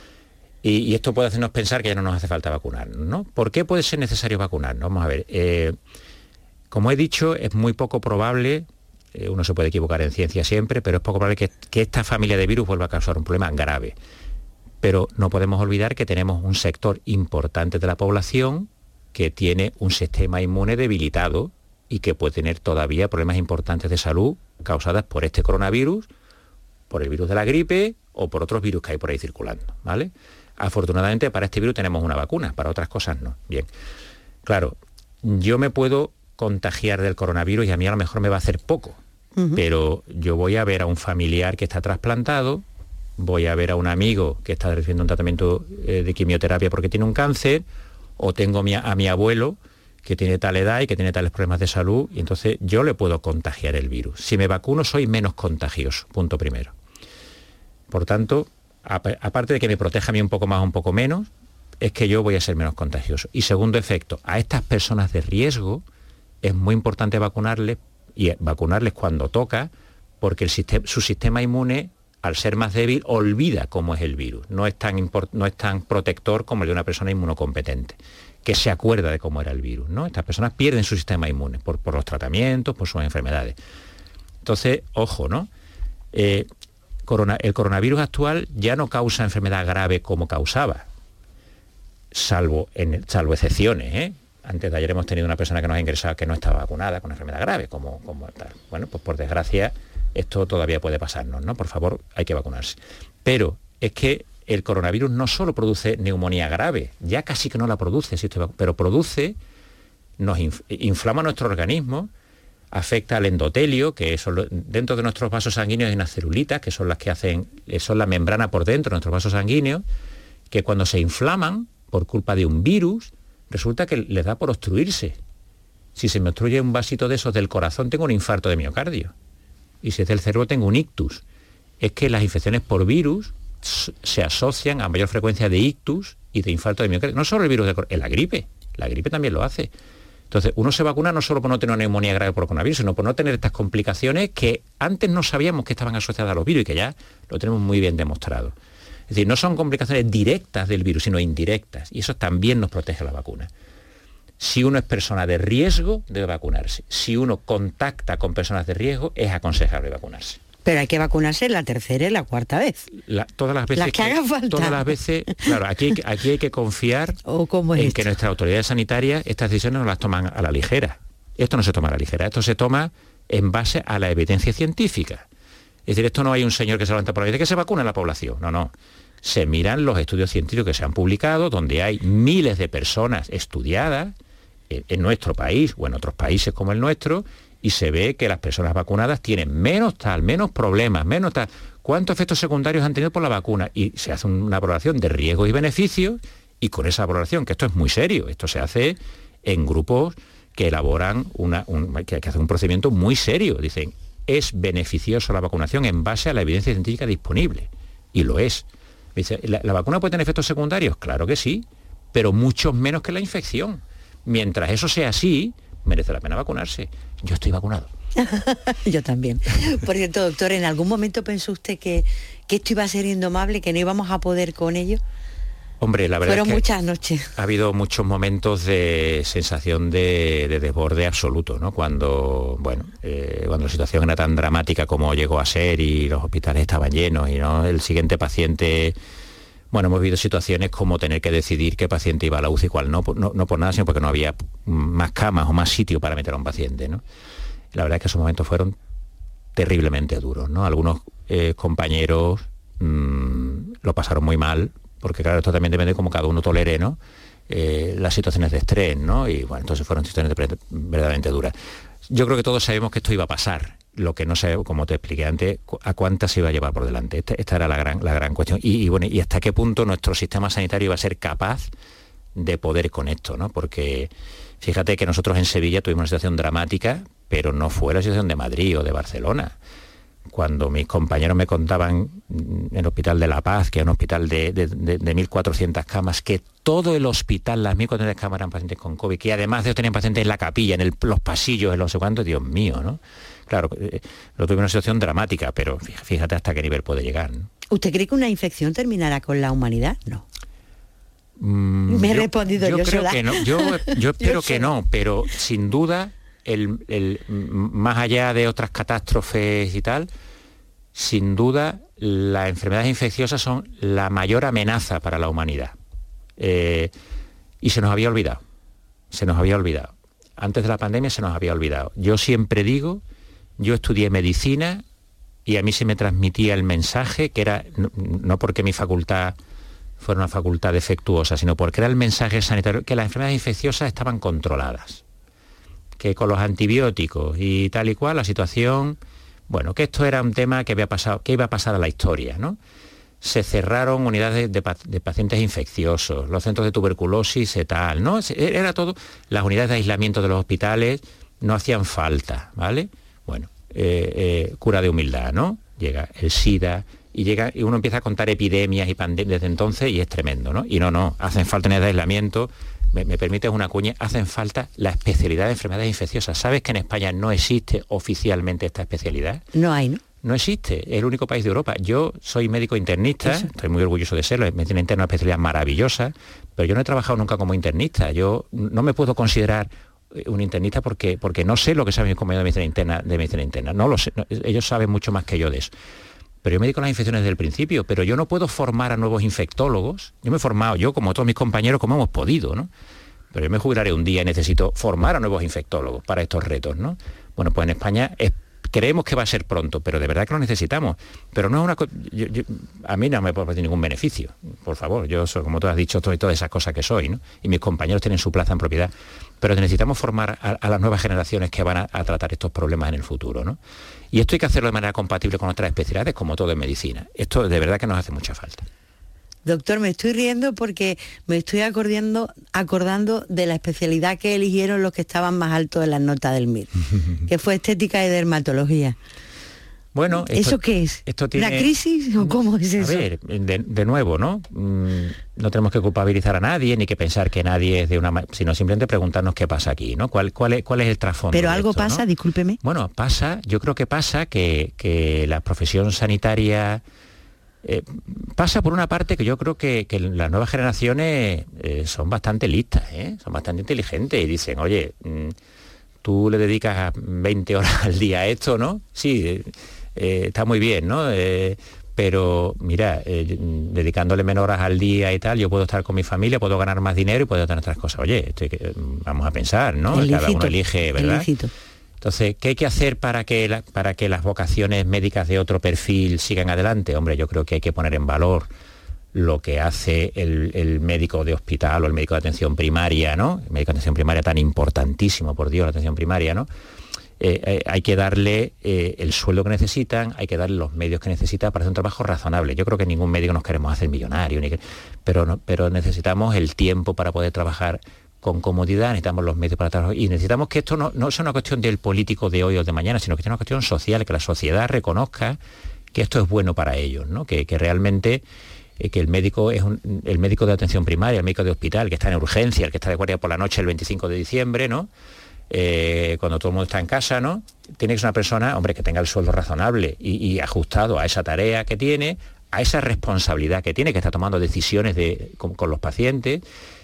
Y, y esto puede hacernos pensar que ya no nos hace falta vacunarnos, ¿no? ¿Por qué puede ser necesario vacunarnos? Vamos a ver. Eh, como he dicho, es muy poco probable, eh, uno se puede equivocar en ciencia siempre, pero es poco probable que, que esta familia de virus vuelva a causar un problema grave. Pero no podemos olvidar que tenemos un sector importante de la población que tiene un sistema inmune debilitado y que puede tener todavía problemas importantes de salud causadas por este coronavirus, por el virus de la gripe o por otros virus que hay por ahí circulando, ¿vale? Afortunadamente para este virus tenemos una vacuna, para otras cosas no. Bien, claro, yo me puedo contagiar del coronavirus y a mí a lo mejor me va a hacer poco, uh-huh. pero yo voy a ver a un familiar que está trasplantado, voy a ver a un amigo que está recibiendo un tratamiento eh, de quimioterapia porque tiene un cáncer, o tengo mi, a mi abuelo que tiene tal edad y que tiene tales problemas de salud, y entonces yo le puedo contagiar el virus. Si me vacuno soy menos contagioso, punto primero. Por tanto, ap aparte de que me proteja a mí un poco más o un poco menos, es que yo voy a ser menos contagioso. Y segundo efecto, a estas personas de riesgo es muy importante vacunarles, y vacunarles cuando toca, porque el sistema, su sistema inmune, al ser más débil, olvida cómo es el virus. No es tan, no es tan protector como el de una persona inmunocompetente, que se acuerda de cómo era el virus, ¿no? Estas personas pierden su sistema inmune por, por los tratamientos, por sus enfermedades. Entonces, ojo, ¿no? Eh, corona, el coronavirus actual ya no causa enfermedad grave como causaba, salvo, en, salvo excepciones, ¿eh? Antes de ayer hemos tenido una persona que nos ha ingresado que no estaba vacunada con enfermedad grave, como, como tal. Bueno, pues por desgracia esto todavía puede pasarnos, ¿no? Por favor, hay que vacunarse. Pero es que el coronavirus no solo produce neumonía grave, ya casi que no la produce, pero produce, nos inf inflama nuestro organismo, afecta al endotelio, que son dentro de nuestros vasos sanguíneos hay unas celulitas, que son las que hacen, son la membrana por dentro de nuestros vasos sanguíneos, que cuando se inflaman por culpa de un virus, resulta que les da por obstruirse. Si se me obstruye un vasito de esos del corazón, tengo un infarto de miocardio. Y si es del cerebro, tengo un ictus. Es que las infecciones por virus se asocian a mayor frecuencia de ictus y de infarto de miocardio. No solo el virus, de cor- la gripe. La gripe también lo hace. Entonces, uno se vacuna no solo por no tener una neumonía grave por coronavirus, sino por no tener estas complicaciones que antes no sabíamos que estaban asociadas a los virus y que ya lo tenemos muy bien demostrado. Es decir, no son complicaciones directas del virus, sino indirectas. Y eso también nos protege la vacuna. Si uno es persona de riesgo, debe vacunarse. Si uno contacta con personas de riesgo, es aconsejable vacunarse. Pero hay que vacunarse la tercera y la cuarta vez. La, todas las veces las que, que haga falta. Todas las veces, claro, aquí hay, aquí hay que confiar ¿O cómo es en esto? que nuestras autoridades sanitarias estas decisiones no las toman a la ligera. Esto no se toma a la ligera, esto se toma en base a la evidencia científica. Es decir, esto no hay un señor que se levanta por la vida que se vacuna en la población. No, no. Se miran los estudios científicos que se han publicado, donde hay miles de personas estudiadas en, en nuestro país o en otros países como el nuestro, y se ve que las personas vacunadas tienen menos tal, menos problemas, menos tal. ¿Cuántos efectos secundarios han tenido por la vacuna? Y se hace una valoración de riesgos y beneficios, y con esa valoración, que esto es muy serio, esto se hace en grupos que elaboran una, un, que, que hacen un procedimiento muy serio. Dicen, es beneficioso la vacunación en base a la evidencia científica disponible. Y lo es. Dice, ¿la, ¿la vacuna puede tener efectos secundarios? Claro que sí, pero muchos menos que la infección. Mientras eso sea así, merece la pena vacunarse. Yo estoy vacunado. Yo también. Por cierto, doctor, ¿en algún momento pensó usted que, que esto iba a ser indomable, que no íbamos a poder con ello? Hombre, la verdad Fueron es que muchas noches. Ha habido muchos momentos de sensación de, de desborde absoluto, ¿no? Cuando, bueno, eh, cuando la situación era tan dramática como llegó a ser y los hospitales estaban llenos y no el siguiente paciente. Bueno, hemos vivido situaciones como tener que decidir qué paciente iba a la U C I y cuál no, no, no por nada, sino porque no había más camas o más sitio para meter a un paciente, ¿no? La verdad es que esos momentos fueron terriblemente duros, ¿no? Algunos eh, compañeros mmm, lo pasaron muy mal, porque claro, esto también depende de cómo cada uno tolere, ¿no? Eh, las situaciones de estrés, ¿no? Y bueno, entonces fueron situaciones de, verdaderamente duras. Yo creo que todos sabemos que esto iba a pasar. Lo que no sé, como te expliqué antes, a cuántas se iba a llevar por delante. Esta, esta era la gran, la gran cuestión. Y, y bueno, y hasta qué punto nuestro sistema sanitario iba a ser capaz de poder con esto, ¿no? Porque fíjate que nosotros en Sevilla tuvimos una situación dramática, pero no fue la situación de Madrid o de Barcelona. Cuando mis compañeros me contaban en el Hospital de La Paz, que es un hospital de, de, de, de mil cuatrocientas camas, que todo el hospital, las mil cuatrocientas camas eran pacientes con COVID, que además de tenían pacientes en la capilla, en el, los pasillos, en los no sé cuántos, Dios mío, ¿no? Claro, eh, lo tuve una situación dramática, pero fíjate hasta qué nivel puede llegar, ¿no? ¿Usted cree que una infección terminará con la humanidad? No. Mm, Me he yo, respondido yo, yo creo sola. que no, yo, yo espero Yo que sola. no, pero sin duda, el, el, más allá de otras catástrofes y tal, sin duda las enfermedades infecciosas son la mayor amenaza para la humanidad. Eh, y se nos había olvidado, se nos había olvidado. Antes de la pandemia se nos había olvidado. Yo siempre digo, yo estudié medicina y a mí se me transmitía el mensaje que era, no, no porque mi facultad fuera una facultad defectuosa, sino porque era el mensaje sanitario, que las enfermedades infecciosas estaban controladas, que con los antibióticos y tal y cual la situación, bueno, que esto era un tema que había pasado, que iba a pasar a la historia, ¿no? Se cerraron unidades de, de pacientes infecciosos, los centros de tuberculosis y tal, ¿no? Era todo, las unidades de aislamiento de los hospitales no hacían falta, ¿vale? Bueno, eh, eh, cura de humildad, ¿no? Llega el SIDA y llega y uno empieza a contar epidemias y pandemias desde entonces y es tremendo, ¿no? Y no, no, hacen falta unidades de aislamiento, me, me permites una cuña, hacen falta la especialidad de enfermedades infecciosas. ¿Sabes que en España no existe oficialmente esta especialidad? No hay, ¿no? No existe, es el único país de Europa. Yo soy médico internista, Eso. Estoy muy orgulloso de serlo, medicina interna es una especialidad maravillosa, pero yo no he trabajado nunca como internista. Yo no me puedo considerar un internista porque, porque no sé lo que saben mis compañeros de medicina interna, de medicina interna. No lo sé, no, ellos saben mucho más que yo de eso. Pero yo me dedico a las infecciones desde el principio, pero yo no puedo formar a nuevos infectólogos. Yo me he formado, yo como todos mis compañeros, como hemos podido, ¿no? Pero yo me jubilaré un día y necesito formar a nuevos infectólogos para estos retos, ¿no? Bueno, pues en España es, creemos que va a ser pronto, pero de verdad que lo necesitamos. Pero no es una cosa... A mí no me puede parecer ningún beneficio, por favor. Yo, soy, como tú has dicho, soy todas esas cosas que soy, ¿no? Y mis compañeros tienen su plaza en propiedad. Pero necesitamos formar a, a las nuevas generaciones que van a, a tratar estos problemas en el futuro, ¿no? Y esto hay que hacerlo de manera compatible con otras especialidades, como todo en medicina. Esto de verdad que nos hace mucha falta. Doctor, me estoy riendo porque me estoy acordando, acordando de la especialidad que eligieron los que estaban más altos en las notas del M I R, que fue estética y dermatología. Bueno, esto, ¿eso qué es? Esto tiene, ¿La crisis o cómo es eso? A ver, de, de nuevo, ¿no? Mm, no tenemos que culpabilizar a nadie, ni que pensar que nadie es de una... sino simplemente preguntarnos qué pasa aquí, ¿no? ¿Cuál, cuál, es, cuál es el trasfondo? Pero de algo esto, pasa, ¿no? Discúlpeme. Bueno, pasa, yo creo que pasa que, que la profesión sanitaria... Eh, pasa por una parte que yo creo que, que las nuevas generaciones eh, son bastante listas, ¿eh? Son bastante inteligentes y dicen, oye, mmm, tú le dedicas veinte horas al día a esto, ¿no? Sí, eh, eh, está muy bien, ¿no? Eh, pero mira, eh, dedicándole menos horas al día y tal, yo puedo estar con mi familia, puedo ganar más dinero y puedo hacer otras cosas. Oye, esto hay que, vamos a pensar, ¿no? Ilícito, cada uno elige, ¿verdad? Ilícito. Entonces, ¿qué hay que hacer para que, la, para que las vocaciones médicas de otro perfil sigan adelante? Hombre, yo creo que hay que poner en valor lo que hace el, el médico de hospital o el médico de atención primaria, ¿no? El médico de atención primaria tan importantísimo, por Dios, la atención primaria, ¿no? Eh, eh, hay que darle eh, el sueldo que necesitan, hay que darle los medios que necesitan para hacer un trabajo razonable. Yo creo que ningún médico nos queremos hacer millonario, ni que, pero, no, pero necesitamos el tiempo para poder trabajar con comodidad, necesitamos los medios para trabajar y necesitamos que esto no, no sea una cuestión del político de hoy o de mañana, sino que sea una cuestión social, que la sociedad reconozca que esto es bueno para ellos, ¿no? que, que realmente eh, que el médico es un, el médico de atención primaria, el médico de hospital, que está en urgencia, el que está de guardia por la noche el veinticinco de diciembre, ¿no? Eh, cuando todo el mundo está en casa, ¿no? Tiene que ser una persona, hombre, que tenga el sueldo razonable y, y ajustado a esa tarea que tiene, a esa responsabilidad que tiene, que está tomando decisiones de, con, con los pacientes.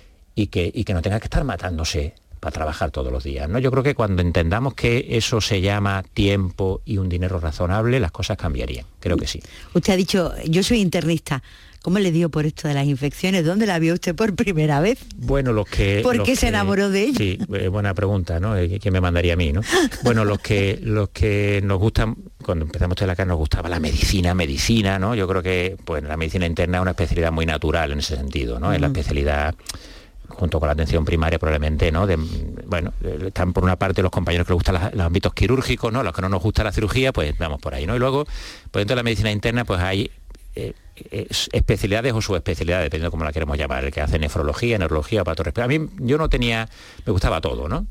Y que, y que no tenga que estar matándose para trabajar todos los días, ¿no? Yo creo que cuando entendamos que eso se llama tiempo y un dinero razonable, las cosas cambiarían, creo que sí. Usted ha dicho, yo soy internista. ¿Cómo le dio por esto de las infecciones? ¿Dónde la vio usted por primera vez? Bueno, los que... ¿Por los qué que, se enamoró de ella? Sí, eh, buena pregunta, ¿no? ¿Quién me mandaría a mí, no? Bueno, los que, los que nos gustan, cuando empezamos de la carne nos gustaba la medicina, medicina, ¿no? Yo creo que pues, la medicina interna es una especialidad muy natural en ese sentido, ¿no? Mm. Es la especialidad... junto con la atención primaria probablemente, ¿no? De, bueno, están por una parte los compañeros que les gustan las, los ámbitos quirúrgicos, ¿no? Los que no nos gusta la cirugía, pues vamos por ahí, ¿no? Y luego, pues dentro de la medicina interna, pues hay eh, eh, especialidades o subespecialidades, dependiendo de cómo la queremos llamar, el que hace nefrología, neurología, aparato respiratorio. A mí, yo no tenía, me gustaba todo, ¿no?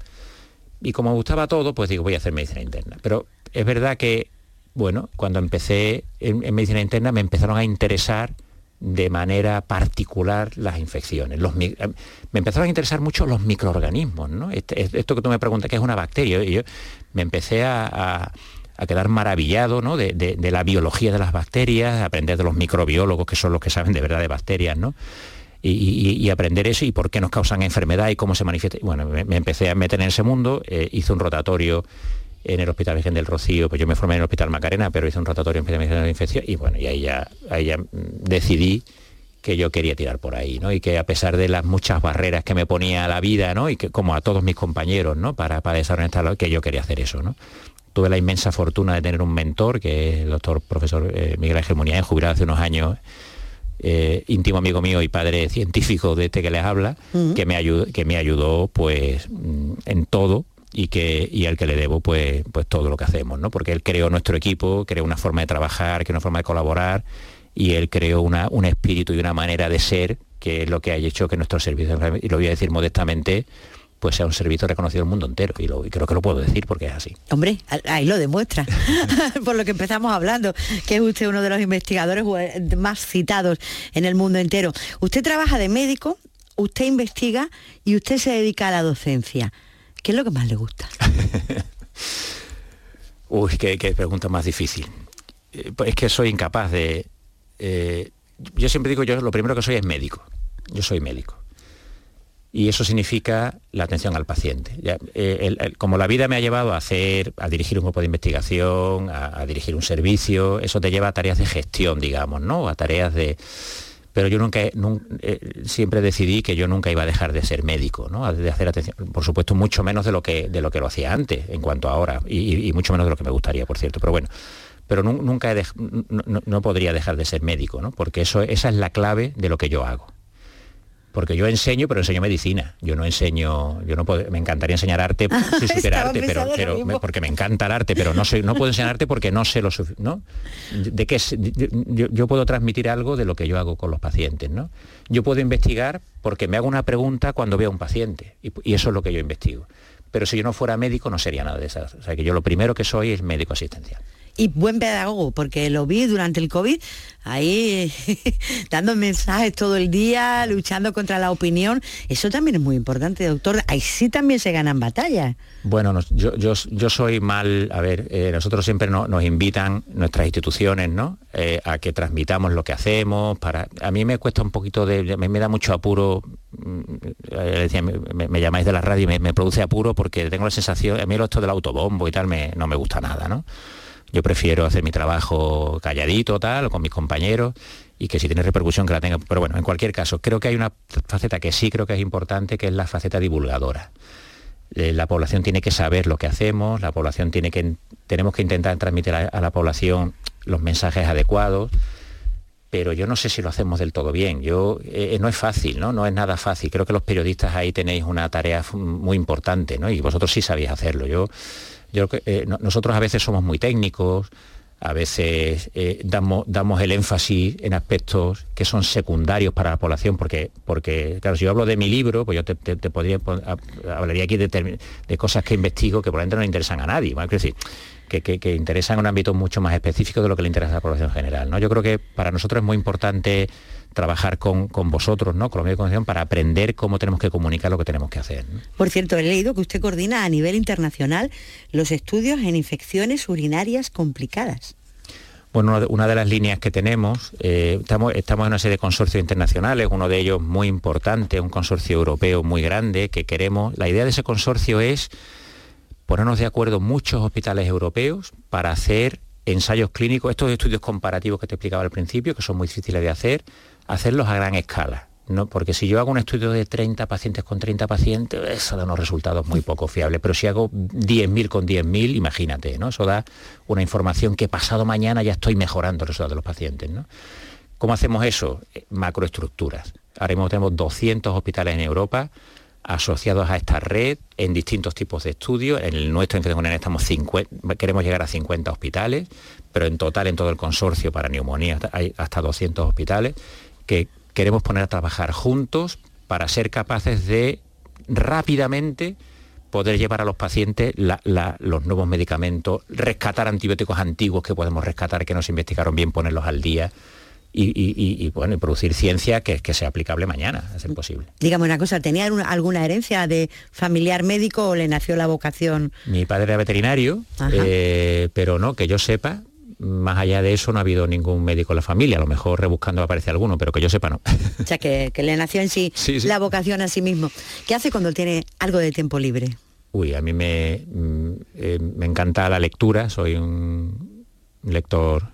Y como me gustaba todo, pues digo, voy a hacer medicina interna. Pero es verdad que, bueno, cuando empecé en, en medicina interna me empezaron a interesar de manera particular las infecciones. Los, me empezaron a interesar mucho los microorganismos, ¿no? Este, esto que tú me preguntas, ¿qué es una bacteria? Y yo me empecé a, a, a quedar maravillado, ¿no? de, de, de la biología de las bacterias, a aprender de los microbiólogos, que son los que saben de verdad de bacterias, ¿no? Y, y, y aprender eso y por qué nos causan enfermedad y cómo se manifiesta. Bueno, me, me empecé a meter en ese mundo, eh, hice un rotatorio en el Hospital Virgen del Rocío, pues yo me formé en el Hospital Macarena, pero hice un rotatorio en epidemiología de infección y bueno, y ahí ya, ahí ya decidí que yo quería tirar por ahí, ¿no? Y que a pesar de las muchas barreras que me ponía la vida, ¿no? Y que como a todos mis compañeros, ¿no? Para, para desarrollar esta, que yo quería hacer eso, ¿no? Tuve la inmensa fortuna de tener un mentor, que es el doctor profesor eh, Miguel Ángel Muniain, jubilado hace unos años, eh, íntimo amigo mío y padre científico de este que les habla, uh-huh. que me ayudó, que me ayudó pues en todo. Y, que, y al que le debo pues, pues todo lo que hacemos, ¿no? Porque él creó nuestro equipo, creó una forma de trabajar, creó una forma de colaborar y él creó una, un espíritu y una manera de ser que es lo que ha hecho que nuestro servicio, y lo voy a decir modestamente, pues sea un servicio reconocido en el mundo entero y, lo, y creo que lo puedo decir porque es así. Hombre, ahí lo demuestra, por lo que empezamos hablando, que es usted uno de los investigadores más citados en el mundo entero. Usted trabaja de médico, usted investiga y usted se dedica a la docencia. ¿Qué es lo que más le gusta? Uy, qué, qué pregunta más difícil. Eh, pues es que soy incapaz de... Eh, yo siempre digo, yo lo primero que soy es médico. Yo soy médico. Y eso significa la atención al paciente. Ya, eh, el, el, como la vida me ha llevado a hacer, a dirigir un grupo de investigación, a, a dirigir un servicio, eso te lleva a tareas de gestión, digamos, ¿no? A tareas de... Pero yo nunca, nunca eh, siempre decidí que yo nunca iba a dejar de ser médico, ¿no? De hacer atención, por supuesto, mucho menos de lo que de lo que lo hacía antes, en cuanto a ahora, y, y mucho menos de lo que me gustaría, por cierto. Pero bueno, pero nu, nunca he dej, no, no, no podría dejar de ser médico, ¿no? Porque eso, esa es la clave de lo que yo hago. Porque yo enseño, pero enseño medicina. Yo no enseño, yo no puedo, me encantaría enseñar arte si supiera arte, pero, pero me, porque me encanta el arte, pero no sé, no puedo enseñar arte porque no sé lo suficiente, ¿no? De qué yo, yo puedo transmitir algo de lo que yo hago con los pacientes, ¿no? Yo puedo investigar porque me hago una pregunta cuando veo a un paciente y, y eso es lo que yo investigo. Pero si yo no fuera médico no sería nada de eso. O sea que yo lo primero que soy es médico asistencial. Y buen pedagogo, porque lo vi durante el COVID, ahí dando mensajes todo el día, luchando contra la opinión. Eso también es muy importante, doctor. Ahí sí también se ganan batallas. Bueno, nos, yo, yo, yo soy mal, a ver, eh, nosotros siempre no, nos invitan nuestras instituciones, ¿no? Eh, a que transmitamos lo que hacemos. Para, a mí me cuesta un poquito de, me, me da mucho apuro, eh, decía, me, me, me llamáis de la radio y me, me produce apuro porque tengo la sensación, a mí esto del autobombo y tal me, no me gusta nada, ¿no? Yo prefiero hacer mi trabajo calladito, tal, o con mis compañeros, y que si tiene repercusión que la tenga. Pero bueno, en cualquier caso, creo que hay una faceta que sí creo que es importante, que es la faceta divulgadora. Eh, la población tiene que saber lo que hacemos, la población tiene que, tenemos que intentar transmitir a, a la población los mensajes adecuados, pero yo no sé si lo hacemos del todo bien. Yo, eh, no es fácil, ¿no? No es nada fácil. Creo que los periodistas ahí tenéis una tarea muy importante, ¿no? Y vosotros sí sabéis hacerlo. Yo... Yo creo que eh, nosotros a veces somos muy técnicos, a veces eh, damos, damos el énfasis en aspectos que son secundarios para la población, porque, porque claro, si yo hablo de mi libro, pues yo te, te, te podría, hablaría aquí de, de cosas que investigo que probablemente no le interesan a nadie, ¿no? Es decir, que, que, que interesan en un ámbito mucho más específico de lo que le interesa a la población en general, ¿no? Yo creo que para nosotros es muy importante trabajar con, con vosotros, ¿no? Con los medios de comunicación, para aprender cómo tenemos que comunicar lo que tenemos que hacer, ¿no? Por cierto, he leído que usted coordina a nivel internacional los estudios en infecciones urinarias complicadas. Bueno, una de las líneas que tenemos, eh, estamos, estamos en una serie de consorcios internacionales, uno de ellos muy importante, un consorcio europeo muy grande, que queremos, la idea de ese consorcio es ponernos de acuerdo muchos hospitales europeos para hacer ensayos clínicos, estos estudios comparativos que te explicaba al principio, que son muy difíciles de hacer, hacerlos a gran escala, ¿no? Porque si yo hago un estudio de treinta pacientes con treinta pacientes, eso da unos resultados muy poco fiables, pero si hago diez mil con diez mil, imagínate, ¿no? Eso da una información que pasado mañana ya estoy mejorando el resultado de los pacientes, ¿no? ¿Cómo hacemos eso? Macroestructuras. Ahora mismo tenemos doscientos hospitales en Europa asociados a esta red en distintos tipos de estudios. En el nuestro, en Infección Urinaria, estamos cincuenta, queremos llegar a cincuenta hospitales, pero en total, en todo el consorcio para neumonía, hay hasta doscientos hospitales que queremos poner a trabajar juntos para ser capaces de rápidamente poder llevar a los pacientes la, la, los nuevos medicamentos, rescatar antibióticos antiguos que podemos rescatar, que no se investigaron bien, ponerlos al día. Y, y, y, bueno, y producir ciencia que, que sea aplicable mañana, a ser posible. Dígame una cosa, ¿tenía alguna herencia de familiar médico o le nació la vocación? Mi padre era veterinario, eh, pero no, que yo sepa, más allá de eso no ha habido ningún médico en la familia, a lo mejor rebuscando aparece alguno, pero que yo sepa no. O sea, que, que le nació en sí, sí, sí la vocación a sí mismo. ¿Qué hace cuando tiene algo de tiempo libre? Uy, a mí me, eh, me encanta la lectura, soy un lector...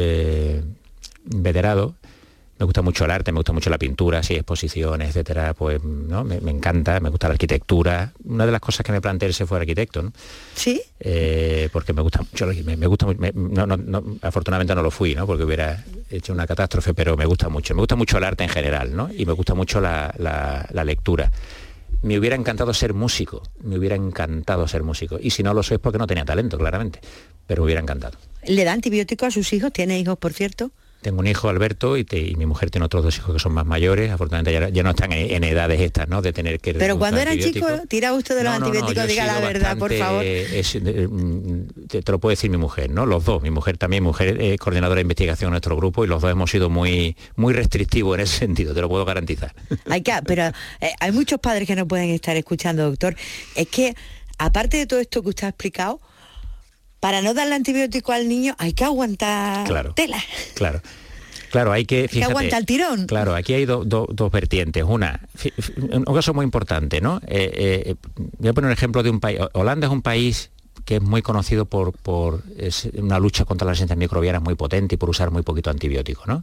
Eh, veterado, me gusta mucho el arte, me gusta mucho la pintura, sí, exposiciones, etcétera, pues no, me, me encanta, me gusta la arquitectura. Una de las cosas que me planteé ser fue arquitecto, ¿no? Sí. Eh, porque me gusta mucho, me, me gusta me, no, no, no, afortunadamente no lo fui, ¿no? Porque hubiera hecho una catástrofe, pero me gusta mucho, me gusta mucho el arte en general, ¿no? Y me gusta mucho la, la, la lectura. Me hubiera encantado ser músico, me hubiera encantado ser músico. Y si no lo soy es porque no tenía talento, claramente, pero me hubiera encantado. ¿Le da antibiótico a sus hijos? ¿Tiene hijos, por cierto? Tengo un hijo, Alberto, y, te, y mi mujer tiene otros dos hijos que son más mayores. Afortunadamente ya, ya no están en, en edades estas, ¿no? De tener que... Pero cuando eran chicos, tira usted de los no, no, antibióticos, no, diga la verdad, bastante, por favor. Es, te, te lo puede decir mi mujer, ¿no? Los dos. Mi mujer también, mi mujer es coordinadora de investigación en nuestro grupo y los dos hemos sido muy, muy restrictivos en ese sentido, te lo puedo garantizar. Hay que, pero eh, hay muchos padres que no pueden estar escuchando, doctor. Es que, aparte de todo esto que usted ha explicado, para no darle antibiótico al niño hay que aguantar claro, tela. Claro. Claro, hay que... Fíjate, que aguanta el tirón. Claro, aquí hay do, do, dos vertientes. Una, un caso muy importante, ¿no? Eh, eh, voy a poner un ejemplo de un país. Holanda es un país que es muy conocido por, por es una lucha contra las resistencias microbianas muy potente y por usar muy poquito antibiótico, ¿no?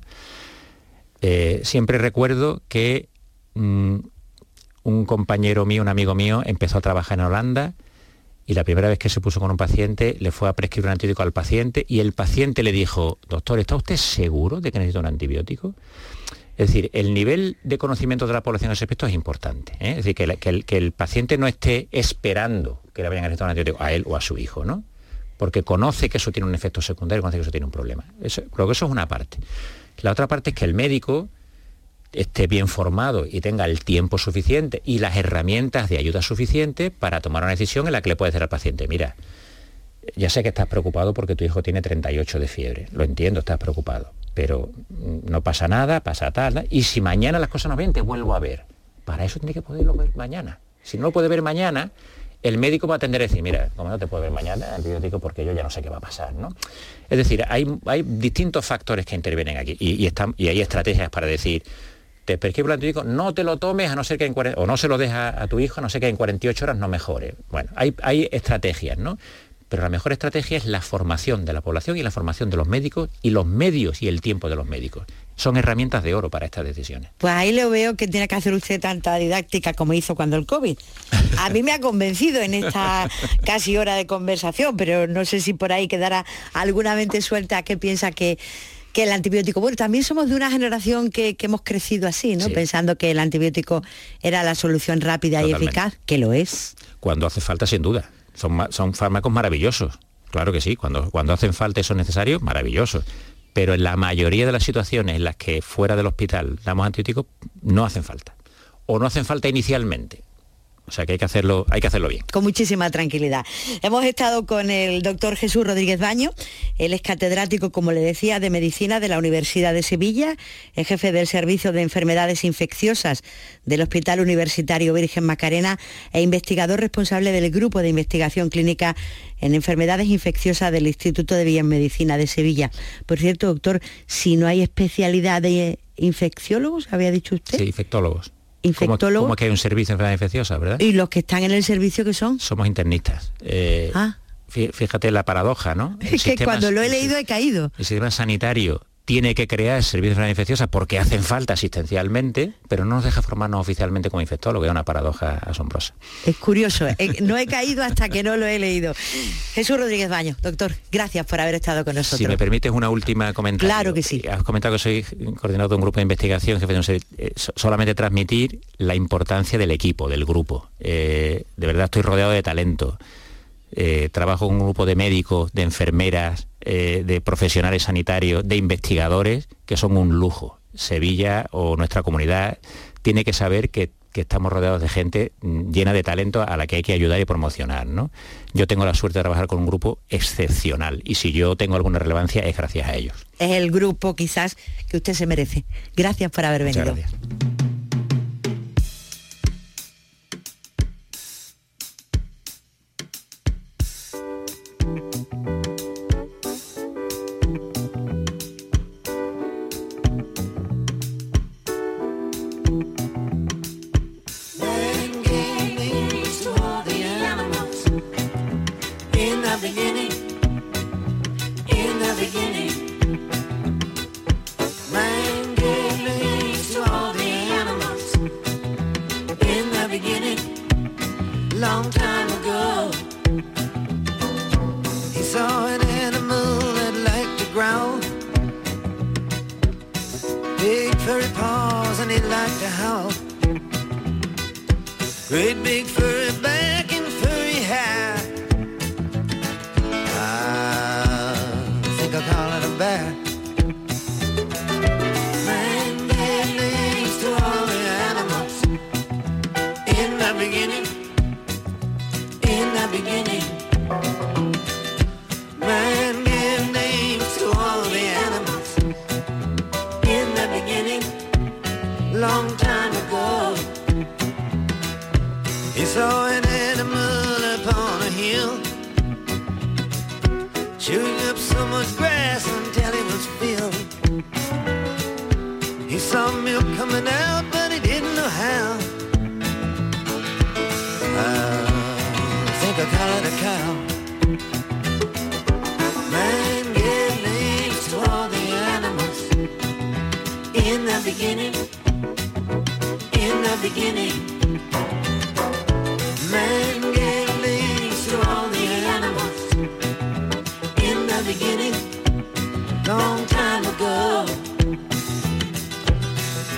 Eh, siempre recuerdo que mmm, un compañero mío, un amigo mío, empezó a trabajar en Holanda y la primera vez que se puso con un paciente le fue a prescribir un antibiótico al paciente y el paciente le dijo, doctor, ¿está usted seguro de que necesita un antibiótico? Es decir, el nivel de conocimiento de la población en ese aspecto es importante, ¿eh? Es decir, que, la, que, el, que el paciente no esté esperando que le vayan a recetar un antibiótico a él o a su hijo, ¿no? Porque conoce que eso tiene un efecto secundario, conoce que eso tiene un problema. Eso, creo que eso es una parte. La otra parte es que el médico esté bien formado y tenga el tiempo suficiente y las herramientas de ayuda suficientes para tomar una decisión en la que le puede decir al paciente, mira, ya sé que estás preocupado porque tu hijo tiene treinta y ocho de fiebre, lo entiendo, estás preocupado, pero no pasa nada, pasa tal, y si mañana las cosas no ven, te vuelvo a ver. Para eso tiene que poderlo ver mañana. Si no lo puede ver mañana, el médico va a tender a decir, mira, como no te puedo ver mañana, antibiótico porque yo ya no sé qué va a pasar, ¿no? Es decir, hay, hay distintos factores que intervienen aquí y, y, están, y hay estrategias para decir, te prescribo el antibiótico, no te lo tomes a no ser que en cuarenta, o no se lo dejas a tu hijo a no ser que en cuarenta y ocho horas no mejore. Bueno, hay, hay estrategias, ¿no? Pero la mejor estrategia es la formación de la población y la formación de los médicos y los medios y el tiempo de los médicos. Son herramientas de oro para estas decisiones. Pues ahí le veo que tiene que hacer usted tanta didáctica como hizo cuando el COVID. A mí me ha convencido en esta casi hora de conversación, pero no sé si por ahí quedará alguna mente suelta que piensa que, que el antibiótico... Bueno, también somos de una generación que, que hemos crecido así, ¿no? Sí. Pensando que el antibiótico era la solución rápida Totalmente. Y eficaz, que lo es. Cuando hace falta, sin duda. Son, son fármacos maravillosos, claro que sí, cuando, cuando hacen falta y son necesarios, maravillosos. Pero en la mayoría de las situaciones en las que fuera del hospital damos antibióticos, no hacen falta. O no hacen falta inicialmente. O sea que hay que hacerlo, hay que hacerlo bien. Con muchísima tranquilidad. Hemos estado con el doctor Jesús Rodríguez Baño. Él es catedrático, como le decía, de Medicina de la Universidad de Sevilla, es jefe del Servicio de Enfermedades Infecciosas del Hospital Universitario Virgen Macarena e investigador responsable del Grupo de Investigación Clínica en Enfermedades Infecciosas del Instituto de Biomedicina de Sevilla. Por cierto, doctor, si no hay especialidad de infecciólogos, ¿había dicho usted? Sí, infectólogos. Infectólogos. Como que hay un servicio de enfermedades infecciosas, ¿verdad? ¿Y los que están en el servicio qué son? Somos internistas. Eh, ah. Fíjate la paradoja, ¿no? Es que cuando lo he leído he caído. El sistema sanitario tiene que crear servicios de enfermedades infecciosas porque hacen falta asistencialmente, pero no nos deja formarnos oficialmente como infectólogos, es una paradoja asombrosa. Es curioso, no he caído hasta que no lo he leído. Jesús Rodríguez Baño, doctor, gracias por haber estado con nosotros. Si me permites una última comentario. Claro que sí. Has comentado que soy coordinador de un grupo de investigación, jefe de un servicio, eh, solamente transmitir la importancia del equipo, del grupo. Eh, de verdad estoy rodeado de talento. Eh, trabajo con un grupo de médicos, de enfermeras, eh, de profesionales sanitarios, de investigadores, que son un lujo. Sevilla o nuestra comunidad tiene que saber que, que estamos rodeados de gente llena de talento a la que hay que ayudar y promocionar, ¿no? Yo tengo la suerte de trabajar con un grupo excepcional y si yo tengo alguna relevancia es gracias a ellos. Es el grupo quizás que usted se merece. Gracias por haber venido. Muchas gracias.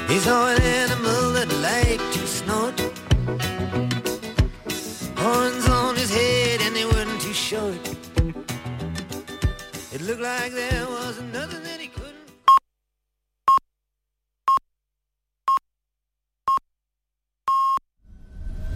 He saw an animal that liked to snort. Horns on his head and they weren't too short. It looked like there was another